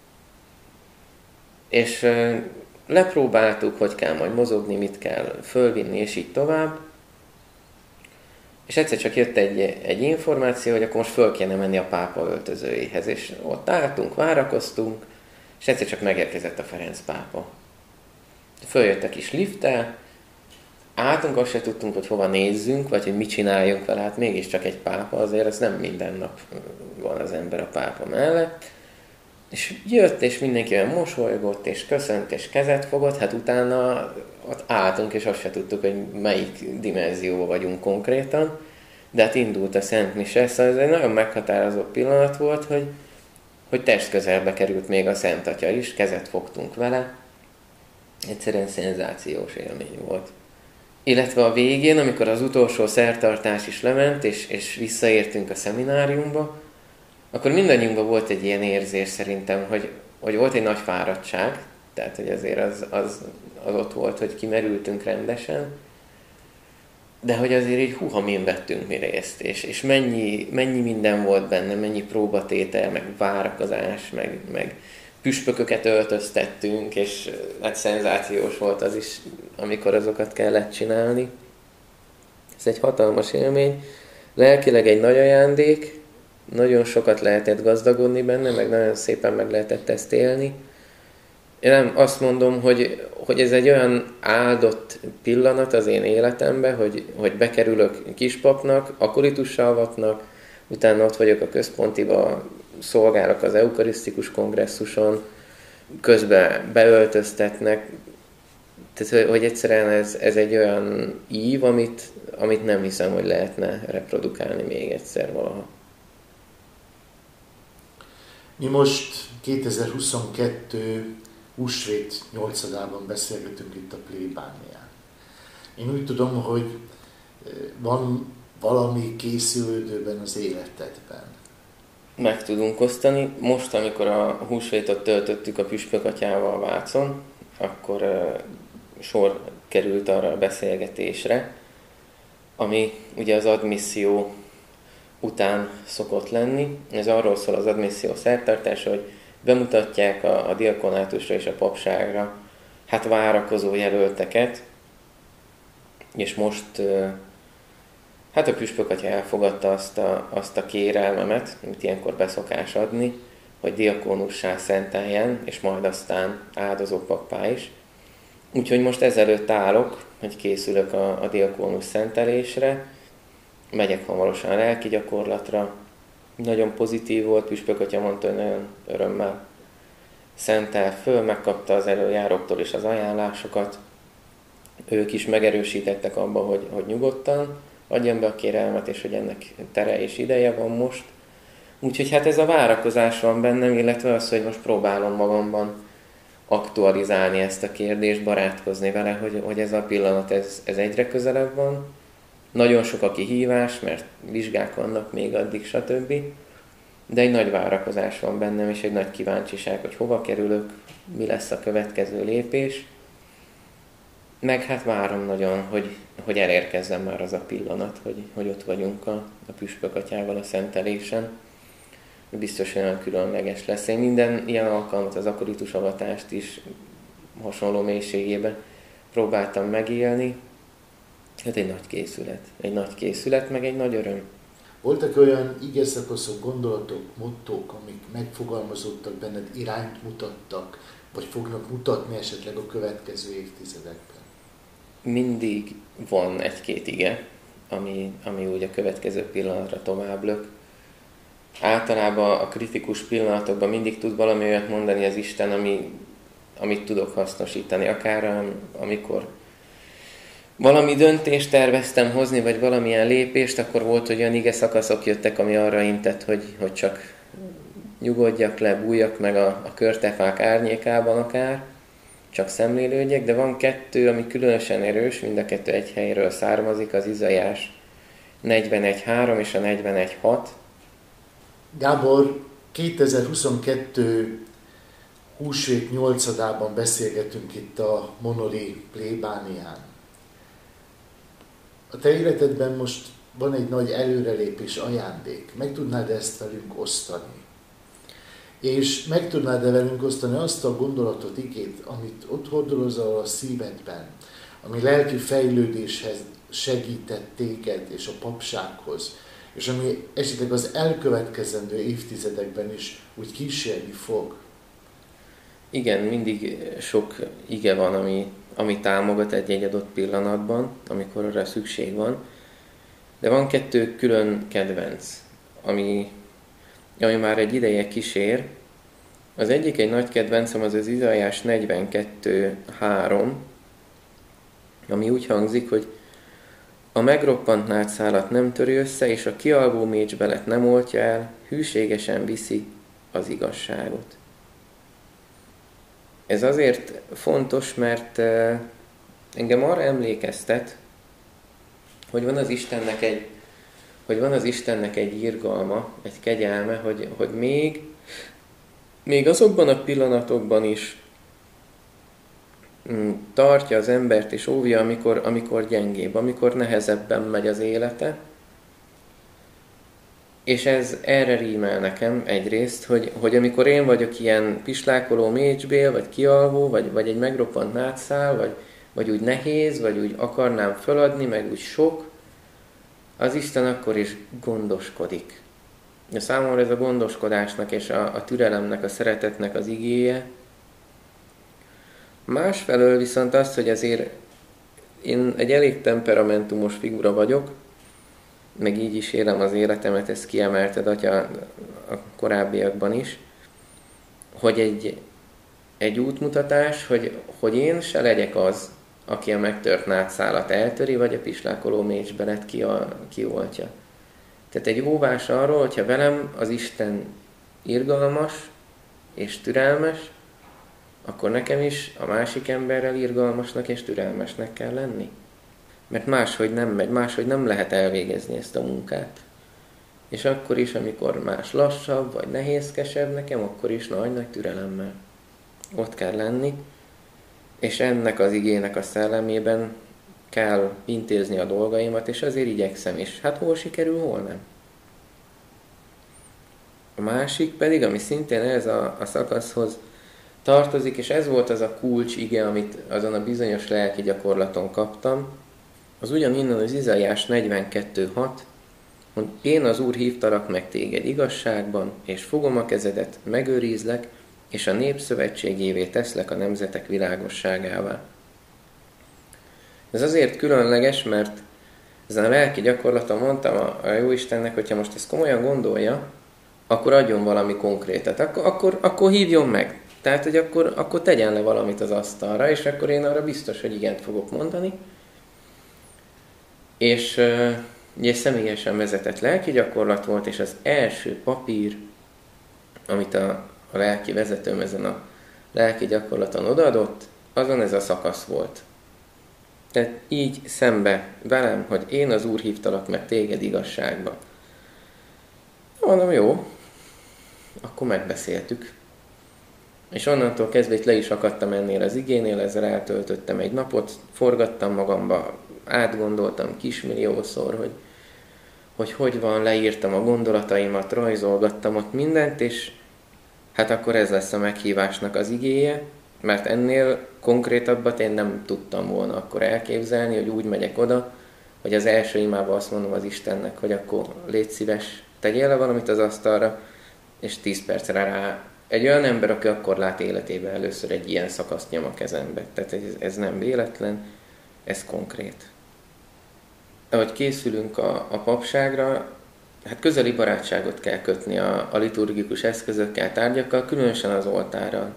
És e, lepróbáltuk, hogy kell majd mozogni, mit kell fölvinni, és így tovább. És egyszer csak jött egy, egy információ, hogy akkor most föl kéne menni a pápa öltözőjéhez. És ott álltunk, várakoztunk, és egyszer csak megérkezett a Ferenc pápa. Följött a kis lifttel, álltunk, azt se tudtunk, hogy hova nézzünk, vagy hogy mit csináljunk vele, hát mégiscsak egy pápa, azért ez nem minden nap van az ember a pápa mellett. És jött, és mindenkivel mosolygott, és köszönt, és kezet fogott, hát utána ott álltunk, és azt se tudtuk, hogy melyik dimenzióban vagyunk konkrétan, de hát indult a Szent Mise, szóval ez egy nagyon meghatározó pillanat volt, hogy, hogy testközelbe került még a Szent Atya is, kezet fogtunk vele, egyszerűen szenzációs élmény volt. Illetve a végén, amikor az utolsó szertartás is lement, és, és visszaértünk a szemináriumba, akkor mindannyiunkban volt egy ilyen érzés szerintem, hogy, hogy volt egy nagy fáradtság, tehát hogy azért az, az, az ott volt, hogy kimerültünk rendesen, de hogy azért így húha min vettünk mi részt, és, és mennyi, mennyi minden volt benne, mennyi próbatétel, meg várakozás, meg, meg püspököket öltöztettünk, és hát szenzációs volt az is, amikor azokat kellett csinálni. Ez egy hatalmas élmény, lelkileg egy nagy ajándék, nagyon sokat lehetett gazdagodni benne, meg nagyon szépen meg lehetett ezt élni. Én nem azt mondom, hogy, hogy ez egy olyan áldott pillanat az én életemben, hogy, hogy bekerülök kispapnak, akolitussal vatnak, utána ott vagyok a központiba, szolgálok az eukarisztikus kongresszuson, közben beöltöztetnek. Tehát, hogy egyszerűen ez, ez egy olyan ív, amit, amit nem hiszem, hogy lehetne reprodukálni még egyszer valaha. Mi most kétezer-huszonkettő húsvét nyolcadában beszélgetünk itt a plébánián. Én úgy tudom, hogy van valami készülődőben az életedben. Meg tudunk osztani. Most, amikor a húsvétot töltöttük a Püspök Atyával Vácon, akkor uh, sor került arra a beszélgetésre, ami ugye az admisszió után szokott lenni. Ez arról szól az admisszió szertartása, hogy bemutatják a, a diakonátusra és a papságra hát várakozó jelölteket, és most hát a Püspök Atya elfogadta azt a, azt a kérelmemet, amit ilyenkor beszokás adni, hogy diakónussá szenteljen, és majd aztán áldozó pappá is. Úgyhogy most ezelőtt állok, hogy készülök a, a diakónus szentelésre, megyek hamarosan a lelki gyakorlatra. Nagyon pozitív volt, Püspök Atya mondta, hogy nagyon örömmel szentel föl, megkapta az előjáróktól is az ajánlásokat. Ők is megerősítettek abban, hogy, hogy nyugodtan adjam be a kérelmet, és hogy ennek tere és ideje van most. Úgyhogy hát ez a várakozás van bennem, illetve az, hogy most próbálom magamban aktualizálni ezt a kérdést, barátkozni vele, hogy, hogy ez a pillanat ez, ez egyre közelebb van. Nagyon sok a kihívás, mert vizsgák vannak még addig, stb. De egy nagy várakozás van bennem, és egy nagy kíváncsiság, hogy hova kerülök, mi lesz a következő lépés. Meg hát várom nagyon, hogy, hogy elérkezzen már az a pillanat, hogy, hogy ott vagyunk a, a Püspök Atyával a szentelésen. Biztos olyan különleges lesz. Én minden ilyen alkalmat, az akolitus avatást is hasonló mélységében próbáltam megélni. Hát egy nagy készület. Egy nagy készület, meg egy nagy öröm. Voltak olyan igeszakaszok, gondolatok, mottók, amik megfogalmazódtak benned, irányt mutattak, vagy fognak mutatni esetleg a következő évtizedekben? Mindig van egy-két ige, ami, ami úgy a következő pillanatra tovább lök. Általában a kritikus pillanatokban mindig tud valami olyat mondani az Isten, ami, amit tudok hasznosítani. Akár amikor valami döntést terveztem hozni, vagy valamilyen lépést, akkor volt, hogy olyan ige szakaszok jöttek, ami arra intett, hogy, hogy csak nyugodjak le, bújjak meg a, a körtefák árnyékában akár, csak szemlélődjek, de van kettő, ami különösen erős, mind a kettő egy helyről származik, az Izaiás negyvenegy három és a negyvenegy hat. Gábor, kétezer-huszonkettő húsvét nyolcadában beszélgetünk itt a Monoli plébánián. A te életedben most van egy nagy előrelépés, ajándék. Meg tudnád ezt velünk osztani? És meg tudnád-e velünk osztani azt a gondolatot, igét, amit ott hordozol a szívedben, ami lelki fejlődéshez segített téged és a papsághoz, és ami esetleg az elkövetkezendő évtizedekben is úgy kísérni fog? Igen, mindig sok ige van, ami, ami támogat egy-egy adott pillanatban, amikor arra szükség van. De van kettő külön kedvenc, ami, ami már egy ideje kísér. Az egyik egy nagy kedvencem, az az Izaiás negyvenkettő három, ami úgy hangzik, hogy a megroppant nátszálat nem töri össze, és a kialvó mécsbelet nem oltja el, hűségesen viszi az igazságot. Ez azért fontos, mert engem arra emlékeztet, hogy van az Istennek egy, hogy van az Istennek egy irgalma, egy kegyelme, hogy, hogy még, még azokban a pillanatokban is tartja az embert és óvja, amikor, amikor gyengébb, amikor nehezebben megy az élete. És ez erre rímel nekem egyrészt, hogy, hogy amikor én vagyok ilyen pislákoló mécsbél, vagy kialvó, vagy, vagy egy megroppant nátszál, vagy, vagy úgy nehéz, vagy úgy akarnám föladni, meg úgy sok, az Isten akkor is gondoskodik. A számomra ez a gondoskodásnak és a, a türelemnek, a szeretetnek az igéje. Másfelől viszont az, hogy azért én egy elég temperamentumos figura vagyok, meg így is élem az életemet, ezt kiemelted, Atya, a korábbiakban is, hogy egy, egy útmutatás, hogy, hogy én se legyek az, aki a megtört nátszálat eltöri, vagy a pislákoló mécsbelet ki a, kioltja. Tehát egy óvás arról, hogyha velem az Isten irgalmas és türelmes, akkor nekem is a másik emberrel irgalmasnak és türelmesnek kell lenni. Mert máshogy nem megy, máshogy nem lehet elvégezni ezt a munkát. És akkor is, amikor más lassabb vagy nehézkesebb nekem, akkor is nagy-nagy türelemmel ott kell lenni, és ennek az igének a szellemében kell intézni a dolgaimat, és azért igyekszem is. Hát hol sikerül, hol nem. A másik pedig, ami szintén ez a, a szakaszhoz tartozik, és ez volt az a kulcs ige, amit azon a bizonyos lelki gyakorlaton kaptam, az ugyaninnen az Izaiás negyvenkettő hat, hogy én az Úr hívtalak meg téged igazságban, és fogom a kezedet, megőrizlek, és a népszövetségévé teszlek a nemzetek világosságává. Ez azért különleges, mert ezen a lelki gyakorlaton mondtam a Jóistennek, hogyha most ezt komolyan gondolja, akkor adjon valami konkrétat, akkor, akkor, akkor hívjon meg. Tehát, hogy akkor, akkor tegyen le valamit az asztalra, és akkor én arra biztos, hogy igent fogok mondani. És uh, ugye személyesen vezetett lelki gyakorlat volt, és az első papír, amit a, a lelki vezetőm ezen a lelki gyakorlaton odaadott, azon ez a szakasz volt. Tehát így szembe velem, hogy én az Úr hívtalak meg téged igazságba. Mondom, jó, akkor megbeszéltük. És onnantól kezdve itt le is akadtam ennél az igénél, ezzel eltöltöttem egy napot, forgattam magamba, átgondoltam kismilliószor, hogy, hogy hogy van, leírtam a gondolataimat, rajzolgattam ott mindent, és hát akkor ez lesz a meghívásnak az igéje, mert ennél konkrétabbat én nem tudtam volna akkor elképzelni, hogy úgy megyek oda, hogy az első imában azt mondom az Istennek, hogy akkor légy szíves, tegyél le valamit az asztalra, és tíz percre rá egy olyan ember, aki akkor lát életében először egy ilyen szakaszt nyom a kezembe. Tehát ez, ez nem véletlen, ez konkrét. ahogy készülünk a, a papságra, hát közeli barátságot kell kötni a, a liturgikus eszközökkel, tárgyakkal, különösen az oltárral.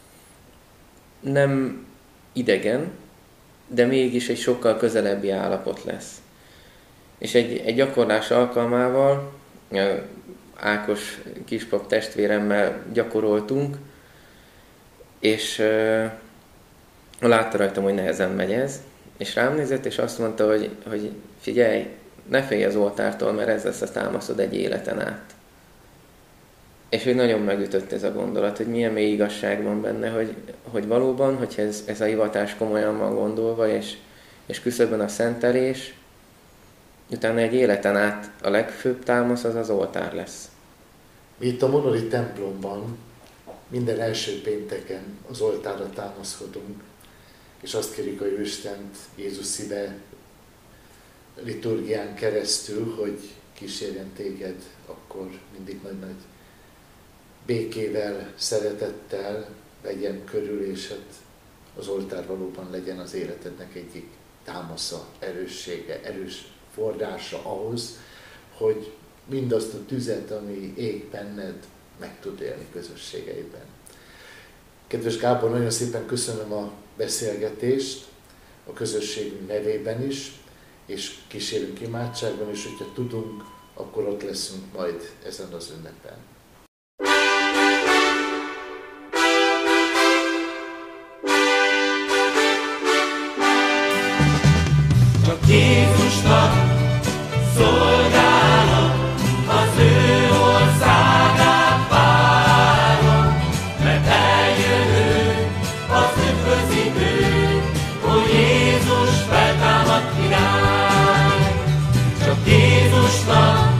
Nem idegen, de mégis egy sokkal közelebbi állapot lesz. És egy, egy gyakorlás alkalmával, Ákos kispap testvéremmel gyakoroltunk, és uh, látta rajtam, hogy nehezen megy ez, és rám nézett, és azt mondta, hogy, hogy figyelj, ne félj az oltártól, mert ez lesz a támaszod egy életen át. És hogy nagyon megütött ez a gondolat, hogy milyen mély igazság van benne, hogy, hogy valóban, hogyha ez, ez a hivatás komolyan van gondolva, és, és küszöbben a szentelés, utána egy életen át a legfőbb támasz az az oltár lesz. Mi itt a Monori templomban minden első pénteken az oltárra támaszkodunk, és azt kérjük a Jóistent Jézus szíve liturgián keresztül, hogy kísérjen téged akkor mindig nagy-nagy békével, szeretettel legyen körül, és hát az oltár valóban legyen az életednek egyik támasza, erőssége, erős forrása ahhoz, hogy mindazt a tüzet, ami ég benned, meg tud élni közösségeiben. Kedves Gábor, nagyon szépen köszönöm a beszélgetést, a közösségünk nevében is, és kísérünk imádságban, és hogyha tudunk, akkor ott leszünk majd ezen az ünnepen. Csak Jézusnak szolgálok, az ő országát várom, mert eljön ő, az üdvözítő, hogy Jézus feltámad király. Csak Jézusnak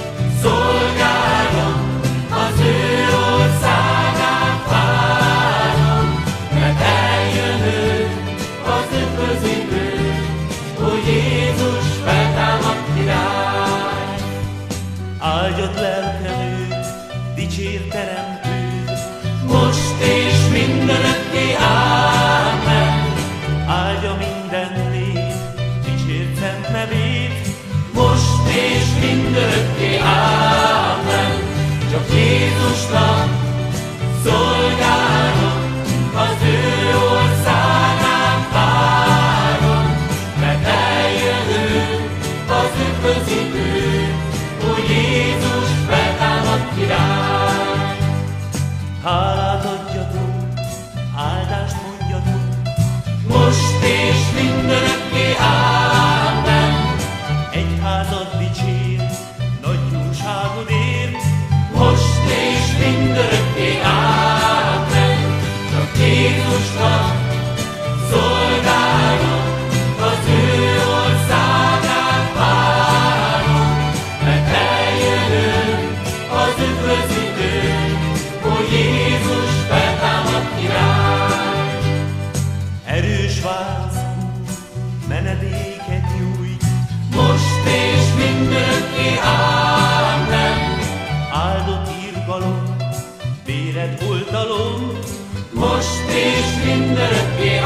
szolgálok, az ő országát várom, mert eljön ő, az üdvözítő, hogy Jézus feltámad király. Áldjad lelkem őt, dicsér teremtőt, most és mindenekké, ámen. Áldja minden nép, dicsérd szent nevét, most és mindörökké, ámen. Csak Jézusnak szolgálok, az ő országát várom, mert eljön ő, az üdvözítő, hogy Jézus feltámad király. Hálát adjatok, áldást mondjatok, most és mindenekké, ámen. Egyházad dicsér, nagy jóságodért, most és mindörökké, ámen. Csak Jézusnak szolgálok, az ő országát várom, mert eljön ő, az üdvözítő, hogy Jézus feltámad király. Erős válasz, menedéket nyújt, most és mindörökké, ámen. Áldott irgalom, véred oltalom, most és mindörökké,